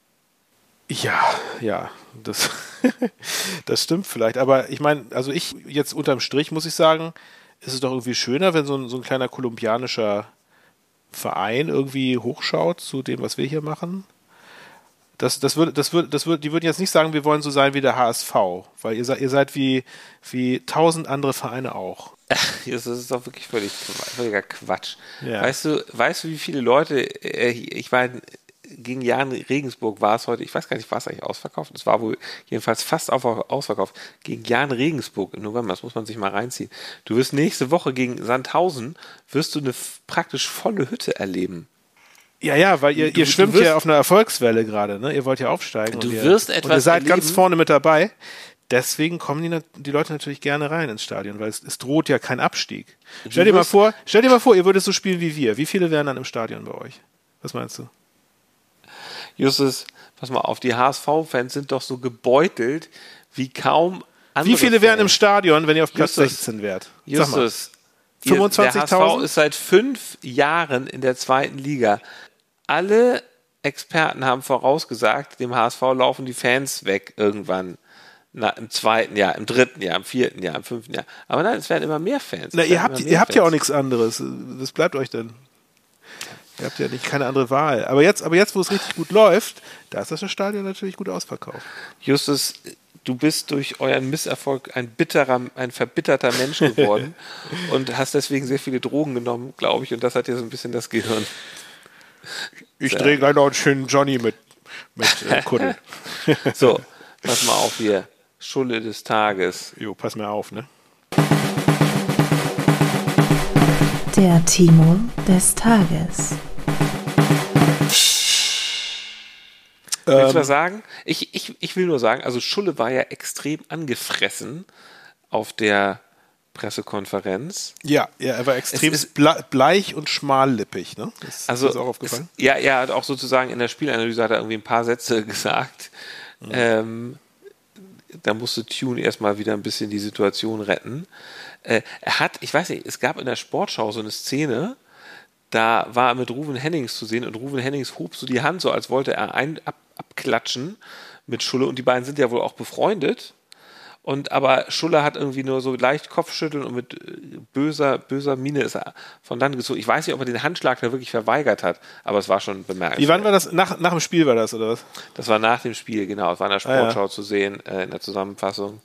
Ja, das, das stimmt vielleicht. Aber ich meine, also ich jetzt unterm Strich muss ich sagen, ist es doch irgendwie schöner, wenn so ein kleiner kolumbianischer Verein irgendwie hochschaut zu dem, was wir hier machen. Die würden jetzt nicht sagen, wir wollen so sein wie der HSV, weil ihr seid wie 1000 andere Vereine auch. Das ist doch wirklich völliger Quatsch. Ja. Weißt du, wie viele Leute, ich meine, gegen Jan Regensburg war es heute, ich weiß gar nicht, war es eigentlich ausverkauft? Es war wohl jedenfalls fast ausverkauft. Gegen Jan Regensburg im November, das muss man sich mal reinziehen. Du wirst nächste Woche gegen Sandhausen, wirst du eine praktisch volle Hütte erleben. Ja, weil ihr schwimmt ja auf einer Erfolgswelle gerade, ne? Ihr wollt ja aufsteigen. Du wirst etwas und ihr seid erleben. Ganz vorne mit dabei. Deswegen kommen die Leute natürlich gerne rein ins Stadion, weil es droht ja kein Abstieg. Stell dir mal vor, ihr würdet so spielen wie wir. Wie viele wären dann im Stadion bei euch? Was meinst du? Justus, pass mal auf, die HSV-Fans sind doch so gebeutelt wie kaum andere. Wie viele wären Fans. im Stadion, wenn ihr auf Platz 16 wärt? Justus, 25.000? Der HSV ist seit 5 Jahren in der 2. Liga. Alle Experten haben vorausgesagt, dem HSV laufen die Fans weg irgendwann. Im 2. Jahr, im 3. Jahr, im 4. Jahr, im 5. Jahr. Aber nein, es werden immer mehr Fans. Na, ihr habt ja auch nichts anderes. Was bleibt euch denn? Ihr habt ja keine andere Wahl. Aber jetzt, wo es richtig gut läuft, da ist das Stadion natürlich gut ausverkauft. Justus, du bist durch euren Misserfolg ein verbitterter Mensch geworden und hast deswegen sehr viele Drogen genommen, glaube ich, und das hat dir so ein bisschen das Gehirn. Ich drehe gleich noch einen schönen Johnny mit Kuddel. So, pass mal auf hier. Schulle des Tages. Jo, pass mal auf, ne? Der Timo des Tages. Willst du was sagen? Ich will nur sagen, also Schulle war ja extrem angefressen auf der Pressekonferenz. Ja, er war extrem bleich und schmallippig, ne? Ist auch aufgefallen? Er hat auch sozusagen in der Spielanalyse hat er irgendwie ein paar Sätze gesagt. Mhm. Da musste Tune erstmal wieder ein bisschen die Situation retten. Ich weiß nicht, es gab in der Sportschau so eine Szene, da war er mit Ruven Hennings zu sehen und Ruven Hennings hob so die Hand, so als wollte er abklatschen mit Schulle und die beiden sind ja wohl auch befreundet. Aber Schulle hat irgendwie nur so leicht Kopfschütteln und mit böser Miene ist er von dann gezogen. Ich weiß nicht, ob er den Handschlag da wirklich verweigert hat, aber es war schon bemerkenswert. Wie wann war das? Nach dem Spiel war das, oder was? Das war nach dem Spiel, genau. Es war in der Sportschau zu sehen, in der Zusammenfassung.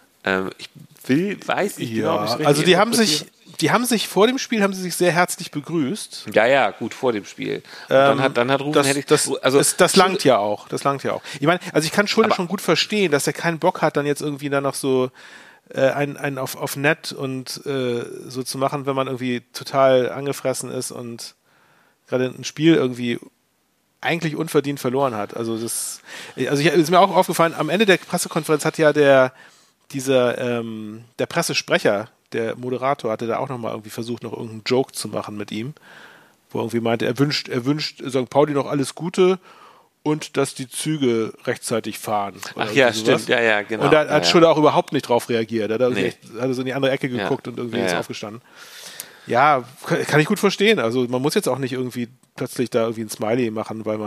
Weiß nicht genau, ob ich es richtig also die haben sich vor dem Spiel sehr herzlich begrüßt. Ja, gut, vor dem Spiel. Dann hat Rufen das langt ja auch. Ich meine, also ich kann Schulle schon gut verstehen, dass er keinen Bock hat, dann jetzt irgendwie dann noch so einen auf nett und so zu machen, wenn man irgendwie total angefressen ist und gerade ein Spiel irgendwie eigentlich unverdient verloren hat. Ist mir auch aufgefallen, am Ende der Pressekonferenz hat ja der Pressesprecher, der Moderator, hatte da auch nochmal irgendwie versucht, noch irgendeinen Joke zu machen mit ihm, wo er irgendwie meinte, er wünscht St. Pauli noch alles Gute und dass die Züge rechtzeitig fahren. Ach ja, stimmt, ja, genau. Und da hat Schulle auch überhaupt nicht drauf reagiert. Er hat so in die andere Ecke geguckt und irgendwie ist aufgestanden. Ja, kann ich gut verstehen. Also man muss jetzt auch nicht irgendwie plötzlich da irgendwie ein Smiley machen, weil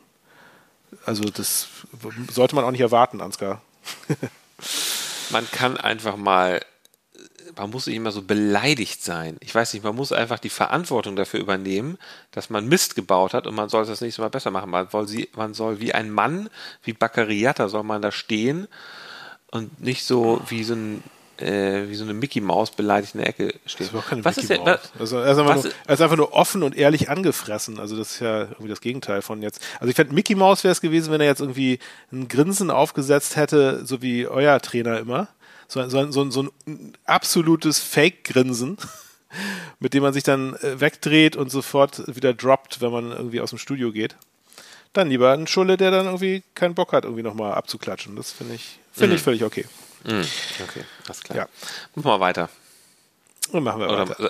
das sollte man auch nicht erwarten, Ansgar. Man kann einfach mal, man muss nicht immer so beleidigt sein. Ich weiß nicht, man muss einfach die Verantwortung dafür übernehmen, dass man Mist gebaut hat und man soll es das nächste Mal besser machen. Man soll wie ein Mann, wie Baccariata soll man da stehen und nicht so wie so eine Mickey Maus beleidigt in der Ecke stehen. Das ist keine Mickey Maus. Er ist einfach nur offen und ehrlich angefressen. Also das ist ja irgendwie das Gegenteil von jetzt. Also ich fände, Mickey Maus wäre es gewesen, wenn er jetzt irgendwie ein Grinsen aufgesetzt hätte, so wie euer Trainer immer. So ein absolutes Fake-Grinsen, mit dem man sich dann wegdreht und sofort wieder droppt, wenn man irgendwie aus dem Studio geht. Dann lieber ein Schulle, der dann irgendwie keinen Bock hat, irgendwie nochmal abzuklatschen. Das finde ich völlig okay. Okay, alles klar. Ja. Machen wir weiter. Dann machen wir weiter.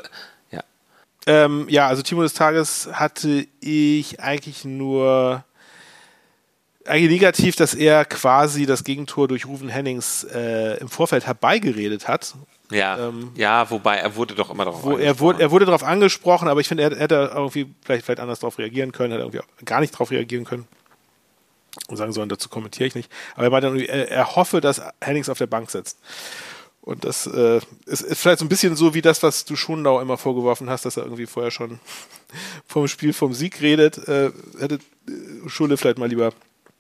Ja. Also Timo des Tages hatte ich eigentlich nur eigentlich negativ, dass er quasi das Gegentor durch Ruven Hennings im Vorfeld herbeigeredet hat. Ja, wobei er wurde doch immer darauf angesprochen. Er wurde darauf angesprochen, aber ich finde, er hätte irgendwie vielleicht anders darauf reagieren können, hätte irgendwie auch gar nicht darauf reagieren können und sagen sollen, dazu kommentiere ich nicht. Aber er meinte irgendwie, er hoffe, dass Hennings auf der Bank sitzt. Und das ist vielleicht so ein bisschen so wie das, was du Schonlau immer vorgeworfen hast, dass er irgendwie vorher schon vom Spiel, vom Sieg redet. Hätte Schule vielleicht mal lieber,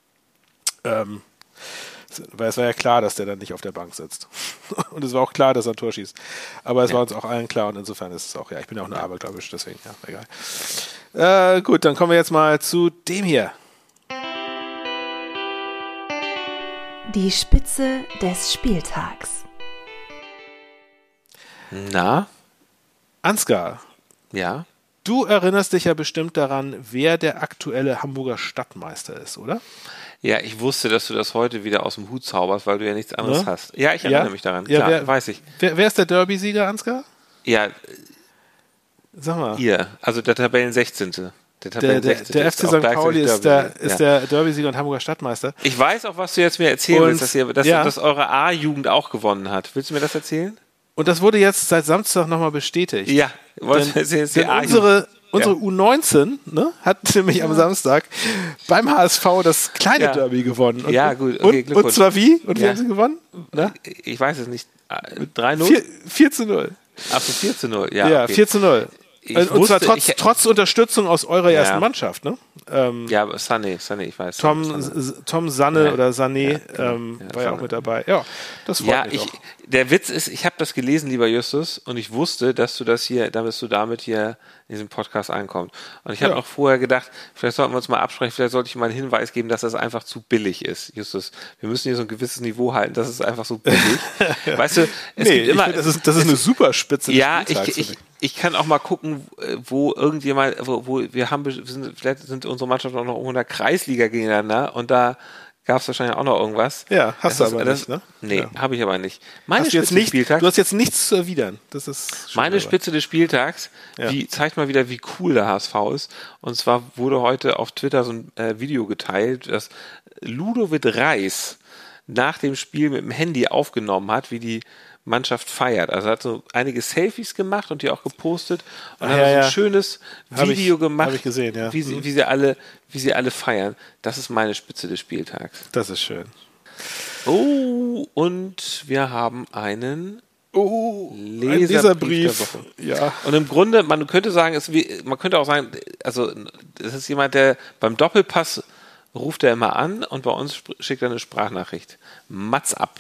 weil es war ja klar, dass der dann nicht auf der Bank sitzt. Und es war auch klar, dass er ein Tor schießt. Aber es war uns auch allen klar und insofern ist es auch, ich bin ja auch nur abergläubisch, deswegen, egal. Gut, dann kommen wir jetzt mal zu dem hier. Die Spitze des Spieltags. Na? Ansgar. Ja? Du erinnerst dich ja bestimmt daran, wer der aktuelle Hamburger Stadtmeister ist, oder? Ja, ich wusste, dass du das heute wieder aus dem Hut zauberst, weil du ja nichts anderes hast. Ja, ich erinnere mich daran. Ja, klar, weiß ich. Wer ist der Derby-Sieger, Ansgar? Ja. Sag mal. Ihr, also der Tabellen 16. Der FC St. Pauli ist der Derby-Sieger und Hamburger Stadtmeister. Ich weiß auch, was du jetzt mir erzählen willst, dass eure A-Jugend auch gewonnen hat. Willst du mir das erzählen? Und das wurde jetzt seit Samstag nochmal bestätigt. Ja, denn unsere U19 hat nämlich am Samstag beim HSV das kleine Derby gewonnen. Und, gut, okay, Glückwunsch. Und zwar wie? Und wie haben sie gewonnen? Ich weiß es nicht. 3-0? 4-0. Ach so, 4-0. Ja, okay. 4-0. Und zwar trotz Unterstützung aus eurer ersten Mannschaft, ne? Sané, ich weiß. Tom Sanne oder Sané war ja auch mit dabei. Ja, das freut mich auch. Der Witz ist, ich habe das gelesen, lieber Justus, und ich wusste, dass du damit hier in diesem Podcast einkommst. Und ich habe noch vorher gedacht, vielleicht sollten wir uns mal absprechen, vielleicht sollte ich mal einen Hinweis geben, dass das einfach zu billig ist, Justus. Wir müssen hier so ein gewisses Niveau halten, das ist einfach so billig. Weißt du, es gibt immer... Das ist eine super Spitze. Ja, ich kann auch mal gucken, wo irgendjemand, vielleicht sind unsere Mannschaften auch noch in der Kreisliga gegeneinander und da gab es wahrscheinlich auch noch irgendwas. Ja, hast du aber nicht, ne? Nee, habe ich aber nicht. Du hast jetzt nichts zu erwidern. Das ist meine Spitze des Spieltags, zeigt mal wieder, wie cool der HSV ist. Und zwar wurde heute auf Twitter so ein Video geteilt, das Ludovic Reis nach dem Spiel mit dem Handy aufgenommen hat, wie die Mannschaft feiert. Also hat so einige Selfies gemacht und die auch gepostet und hat so ein schönes Video gemacht, hab ich gesehen, ja. wie sie alle feiern. Das ist meine Spitze des Spieltags. Das ist schön. Oh, und wir haben einen Leserbrief der Woche. Ja. Und im Grunde, man könnte auch sagen, also das ist jemand, der beim Doppelpass ruft er immer an und bei uns schickt er eine Sprachnachricht. Mats ab.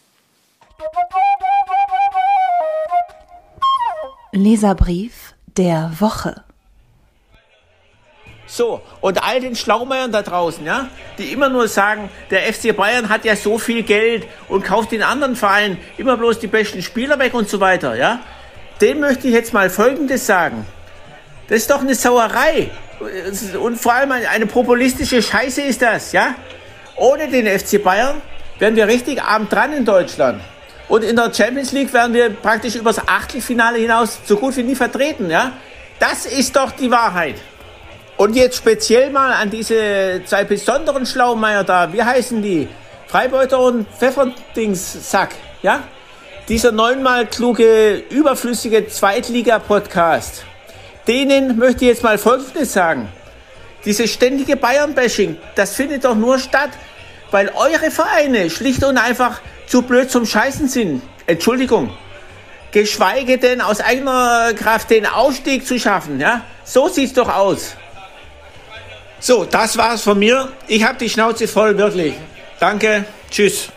Leserbrief der Woche. So, und all den Schlaumeiern da draußen, ja, die immer nur sagen, der FC Bayern hat ja so viel Geld und kauft den anderen Vereinen immer bloß die besten Spieler weg und so weiter, ja, dem möchte ich jetzt mal Folgendes sagen. Das ist doch eine Sauerei und vor allem eine populistische Scheiße ist das, ja. Ohne den FC Bayern wären wir richtig arm dran in Deutschland. Und in der Champions League werden wir praktisch übers Achtelfinale hinaus so gut wie nie vertreten, ja? Das ist doch die Wahrheit. Und jetzt speziell mal an diese zwei besonderen Schlaumeier da, wie heißen die? Freibeuter und Pfefferdingssack, ja? Dieser 9-mal kluge, überflüssige Zweitliga-Podcast. Denen möchte ich jetzt mal Folgendes sagen. Dieses ständige Bayern-Bashing, das findet doch nur statt, weil eure Vereine schlicht und einfach zu blöd zum Scheißen sind. Entschuldigung. Geschweige denn aus eigener Kraft den Ausstieg zu schaffen. Ja? So sieht's doch aus. So, das war's von mir. Ich habe die Schnauze voll, wirklich. Danke. Tschüss.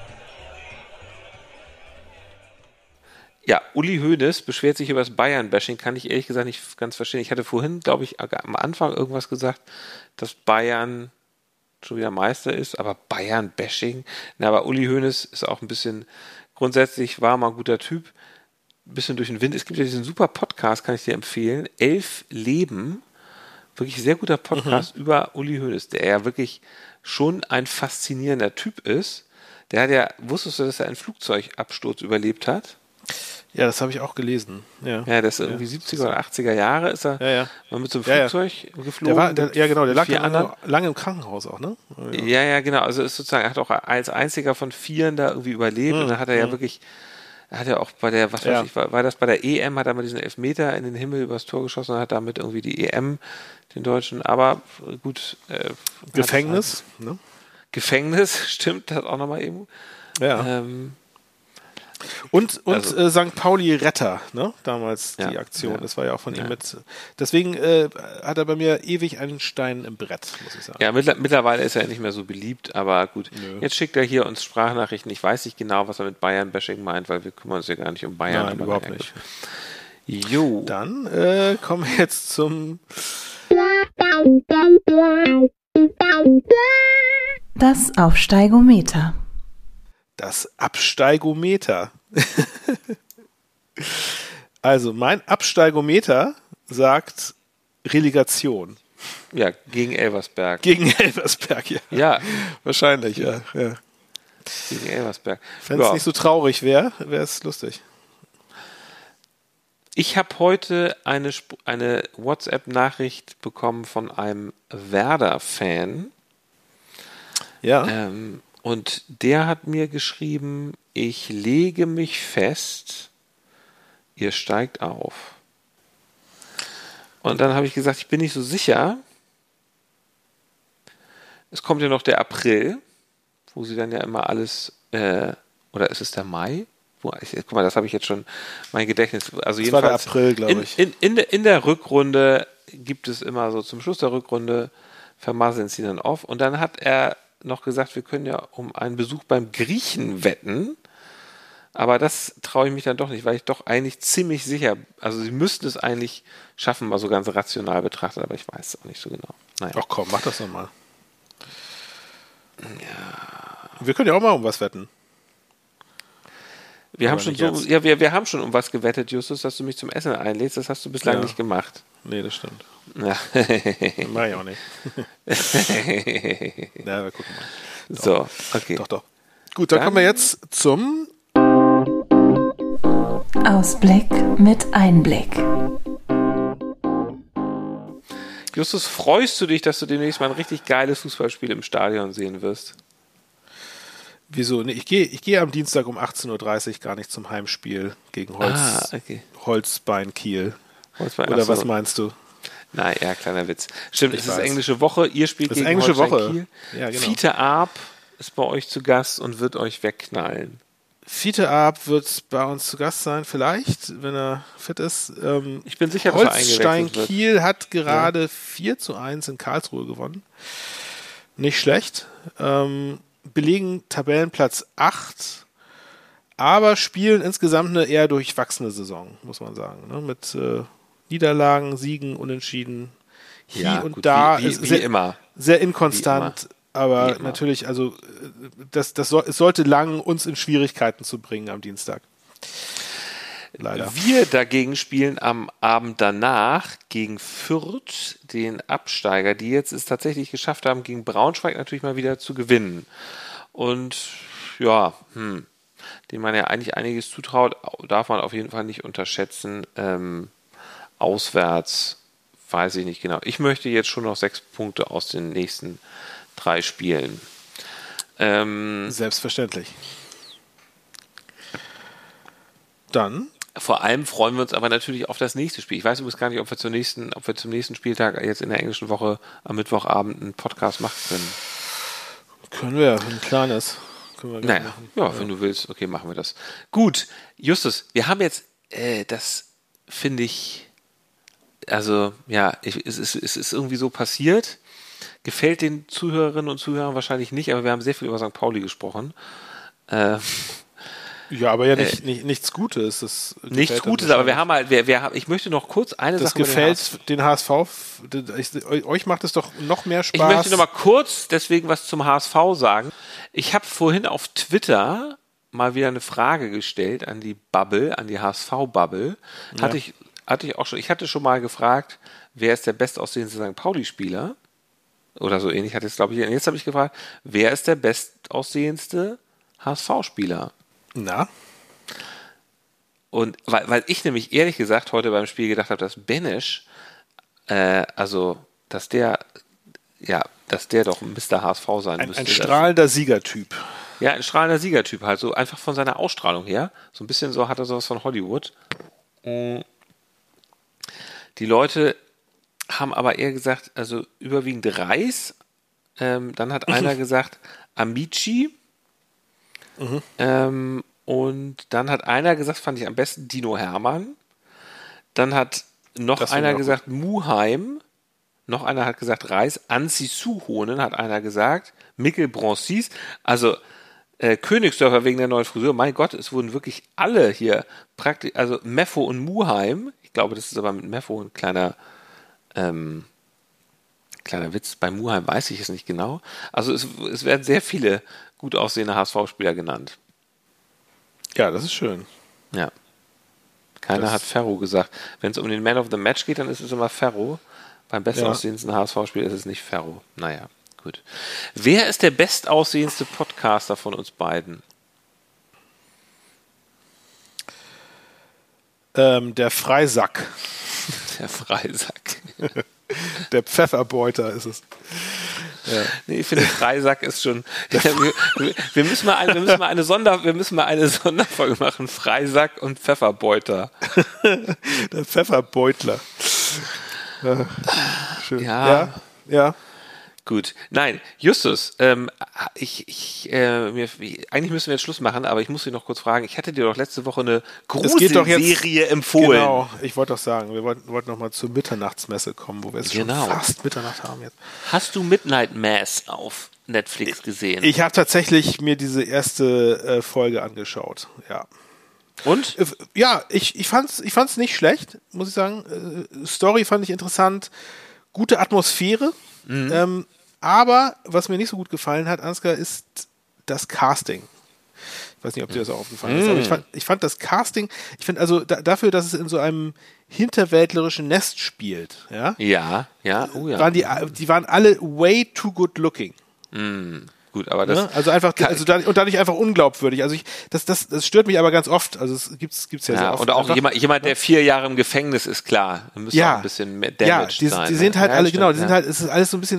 Ja, Uli Hoeneß beschwert sich über das Bayern-Bashing, kann ich ehrlich gesagt nicht ganz verstehen. Ich hatte vorhin, glaube ich, am Anfang irgendwas gesagt, dass Bayern schon wieder Meister ist, aber Bayern-Bashing. Na, aber Uli Hoeneß ist auch ein bisschen, grundsätzlich war mal ein guter Typ, ein bisschen durch den Wind. Es gibt ja diesen super Podcast, kann ich dir empfehlen, 11 Leben, wirklich sehr guter Podcast über Uli Hoeneß, der ja wirklich schon ein faszinierender Typ ist. Der hat ja, wusstest du, dass er einen Flugzeugabsturz überlebt hat? Ja, das habe ich auch gelesen. Ja, Ja, das ist irgendwie 70er oder 80er Jahre ist er mal mit so einem Flugzeug geflogen. Der lag lange im Krankenhaus auch, ne? Ja, genau. Also ist sozusagen, hat auch als einziger von 4 da irgendwie überlebt und dann hat er ja wirklich, hat er auch bei der, was weiß ich, war das bei der EM, hat er mal diesen Elfmeter in den Himmel übers Tor geschossen und hat damit irgendwie die EM, den Deutschen, aber gut. Gefängnis, ne? Gefängnis, stimmt, das auch nochmal eben. Ja. Und also, St. Pauli Retter, ne? Damals die Aktion, das war ja auch von ihm mit. Deswegen hat er bei mir ewig einen Stein im Brett, muss ich sagen. Ja, mittlerweile ist er nicht mehr so beliebt, aber gut. Nö. Jetzt schickt er hier uns Sprachnachrichten. Ich weiß nicht genau, was er mit Bayern-Bashing meint, weil wir kümmern uns ja gar nicht um Bayern. Nein, überhaupt nicht. Jo. Dann kommen wir jetzt zum Das Aufsteigometer. Das Absteigometer. Also, mein Absteigometer sagt Relegation. Ja, gegen Elversberg. Gegen Elversberg, ja. Ja. Wahrscheinlich, ja. Gegen Elversberg. Wenn es nicht so traurig wäre, wäre es lustig. Ich habe heute eine WhatsApp-Nachricht bekommen von einem Werder-Fan. Ja. Und der hat mir geschrieben, ich lege mich fest, ihr steigt auf. Und dann habe ich gesagt, ich bin nicht so sicher. Es kommt ja noch der April, wo sie dann ja immer alles, oder ist es der Mai? Guck mal, das habe ich jetzt schon, mein Gedächtnis. Also das war der April, glaube ich. In der Rückrunde gibt es immer so, zum Schluss der Rückrunde vermasseln sie dann auf. Und dann hat er noch gesagt, wir können ja um einen Besuch beim Griechen wetten, aber das traue ich mich dann doch nicht, weil ich doch eigentlich ziemlich sicher, also sie müssten es eigentlich schaffen, mal so ganz rational betrachtet, aber ich weiß es auch nicht so genau. Naja. Ach komm, mach das nochmal. Ja. Wir können ja auch mal um was wetten. Wir haben schon um was gewettet, Justus, dass du mich zum Essen einlädst, das hast du bislang nicht gemacht. Nee, das stimmt. Ja. Mach ich auch nicht. Ja, wir gucken mal. Doch. So, okay. Doch. Gut, dann kommen wir jetzt zum Ausblick mit Einblick. Justus, freust du dich, dass du demnächst mal ein richtig geiles Fußballspiel im Stadion sehen wirst? Wieso? Nee, ich gehe am Dienstag um 18.30 Uhr gar nicht zum Heimspiel gegen Holzbein Kiel. Oder was meinst du? Nein, ja, kleiner Witz. Stimmt, es ist englische Woche, ihr spielt gegen englische Woche. Kiel. Ja, genau. Fiete Arp ist bei euch zu Gast und wird euch wegknallen. Fiete Arp wird bei uns zu Gast sein, vielleicht, wenn er fit ist. Ich bin sicher, dass er eingewechselt wird. Holstein Kiel hat gerade 4:1 in Karlsruhe gewonnen. Nicht schlecht. Belegen Tabellenplatz 8, aber spielen insgesamt eine eher durchwachsene Saison, muss man sagen. Ne? Mit Niederlagen, Siegen, Unentschieden. Hier und da wie immer. Sehr inkonstant, aber natürlich, also es sollte lang, uns in Schwierigkeiten zu bringen am Dienstag. Leider. Wir dagegen spielen am Abend danach gegen Fürth, den Absteiger, die jetzt es tatsächlich geschafft haben, gegen Braunschweig natürlich mal wieder zu gewinnen. Und ja, dem man ja eigentlich einiges zutraut, darf man auf jeden Fall nicht unterschätzen. Auswärts weiß ich nicht genau. Ich möchte jetzt schon noch 6 Punkte aus den nächsten 3 Spielen. Selbstverständlich. Dann vor allem freuen wir uns aber natürlich auf das nächste Spiel. Ich weiß übrigens gar nicht, ob wir zum nächsten Spieltag jetzt in der englischen Woche am Mittwochabend einen Podcast machen können. Können wir, ein kleines. Können wir machen. Ja, wenn du willst. Okay, machen wir das. Gut, Justus, wir haben jetzt, das finde ich, also ja, es ist irgendwie so passiert. Gefällt den Zuhörerinnen und Zuhörern wahrscheinlich nicht, aber wir haben sehr viel über St. Pauli gesprochen. Ja, aber ja nichts Gutes. Nichts Gutes, aber wir haben halt, ich möchte noch kurz eine Sache. Das gefällt den HSV. Euch macht es doch noch mehr Spaß. Ich möchte noch mal kurz deswegen was zum HSV sagen. Ich habe vorhin auf Twitter mal wieder eine Frage gestellt an die Bubble, an die HSV-Bubble. Hatte ich auch schon. Ich hatte schon mal gefragt, wer ist der bestaussehendste St. Pauli-Spieler? Oder so ähnlich hatte ich es, glaube ich. Und jetzt habe ich gefragt, wer ist der bestaussehendste HSV-Spieler? Na? Und weil ich nämlich ehrlich gesagt heute beim Spiel gedacht habe, dass Benesch, dass der doch Mr. HSV sein müsste. Ein strahlender Siegertyp. Ja, ein strahlender Siegertyp halt, so einfach von seiner Ausstrahlung her. So ein bisschen so hat er sowas von Hollywood. Die Leute haben aber eher gesagt, also überwiegend Reis. Dann hat einer gesagt Amici. Und dann hat einer gesagt, fand ich am besten, Dino Hermann. Dann hat noch einer gesagt Muheim. Noch einer hat gesagt Reis. Anzi Suhonen hat einer gesagt. Mikkel Bronsis. Also Königsdörfer wegen der neuen Frisur. Mein Gott, es wurden wirklich alle hier praktisch, also Meffo und Muheim. Ich glaube, das ist aber mit Meffo ein kleiner Witz. Bei Muheim weiß ich es nicht genau. Also es werden sehr viele gut aussehende HSV-Spieler genannt. Ja, das ist schön. Ja. Keiner hat Ferro gesagt. Wenn es um den Man of the Match geht, dann ist es immer Ferro. Beim bestaussehendsten HSV-Spieler ist es nicht Ferro. Naja, gut. Wer ist der bestaussehendste Podcaster von uns beiden? Der Freisack. Der Freisack. Der Pfefferbeuter ist es. Ja. Nee, ich finde, Freisack ist schon. Wir müssen mal eine Sonderfolge machen. Freisack und Pfefferbeuter. Der Pfefferbeutler. Ja, schön. Ja. Gut. Nein, Justus, eigentlich müssen wir jetzt Schluss machen, aber ich muss dich noch kurz fragen. Ich hatte dir doch letzte Woche eine Gruselserie empfohlen. Genau, ich wollte doch sagen, wir wollten noch mal zur Mitternachtsmesse kommen, wo wir jetzt schon fast Mitternacht haben jetzt. Hast du Midnight Mass auf Netflix gesehen? Ich habe tatsächlich mir diese erste Folge angeschaut, ja. Und? Ja, ich fand's nicht schlecht, muss ich sagen. Story fand ich interessant, gute Atmosphäre. Aber was mir nicht so gut gefallen hat, Ansgar, ist das Casting. Ich weiß nicht, ob dir das auch aufgefallen ist, aber ich fand das Casting, dafür, dass es in so einem hinterwäldlerischen Nest spielt, ja? Ja. Die waren alle way too good looking. Gut, aber das... Ja, also einfach, und dadurch einfach unglaubwürdig. Also das stört mich aber ganz oft. Also es gibt's ja sehr oft. Und auch jemand, der 4 Jahre im Gefängnis ist, klar. Müsste auch ein bisschen mehr damaged sein. Die sind halt alle, genau, es ist alles so ein bisschen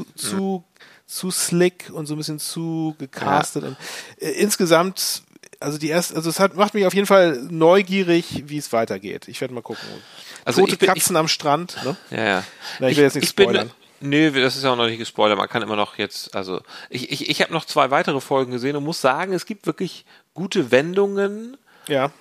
zu slick und so ein bisschen zu gecastet. Und, insgesamt, macht mich auf jeden Fall neugierig, wie es weitergeht. Ich werde mal gucken. Also Tote Katzen am Strand, ne? Ja. Na, ich will jetzt nicht spoilern. Nö, das ist ja auch noch nicht gespoilert. Man kann immer noch jetzt, also ich habe noch 2 weitere Folgen gesehen und muss sagen, es gibt wirklich gute Wendungen. Ja.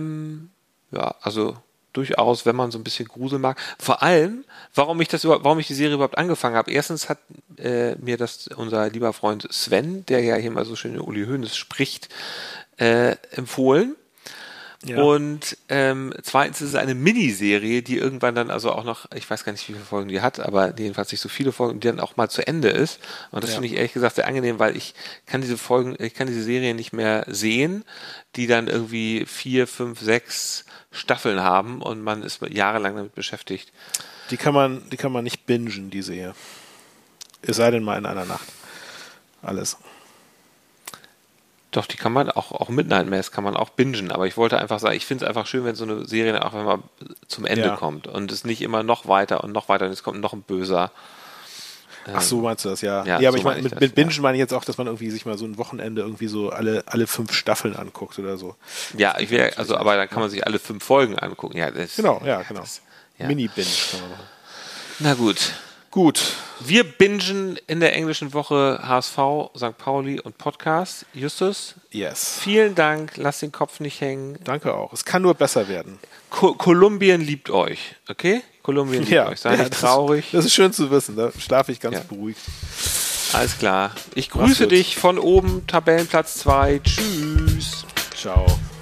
Also durchaus, wenn man so ein bisschen Grusel mag. Vor allem, warum ich die Serie überhaupt angefangen habe. Erstens hat mir das unser lieber Freund Sven, der ja hier mal so schön Uli Hoeneß spricht, empfohlen. Ja. Und zweitens ist es eine Miniserie, die irgendwann dann also auch noch, ich weiß gar nicht, wie viele Folgen die hat, aber jedenfalls nicht so viele Folgen, die dann auch mal zu Ende ist. Und das finde ich ehrlich gesagt sehr angenehm, weil ich kann diese Serien nicht mehr sehen, die dann irgendwie 4, 5, 6 Staffeln haben und man ist jahrelang damit beschäftigt. Die kann man nicht bingen, die Serie. Es sei denn mal in einer Nacht. Alles. Doch, die kann man auch Midnight Mass kann man auch bingen, aber ich wollte einfach sagen, ich finde es einfach schön, wenn so eine Serie dann auch mal zum Ende kommt und es nicht immer noch weiter und es kommt noch ein Böser. Ach so, meinst du das, ja. Ja, aber ich meine, mit Bingen meine ich jetzt auch, dass man irgendwie sich mal so ein Wochenende irgendwie so alle 5 Staffeln anguckt oder so. Ja, aber dann kann man sich alle 5 Folgen angucken. Ja, genau. Mini-Binge kann man machen. Na gut. Wir bingen in der englischen Woche HSV, St. Pauli und Podcast. Justus? Yes. Vielen Dank. Lasst den Kopf nicht hängen. Danke auch. Es kann nur besser werden. Kolumbien liebt euch. Okay? Kolumbien liebt euch. Sei nicht traurig. Das ist schön zu wissen. Da schlafe ich ganz beruhigt. Alles klar. Ich grüße dich von oben. Tabellenplatz 2. Tschüss. Ciao.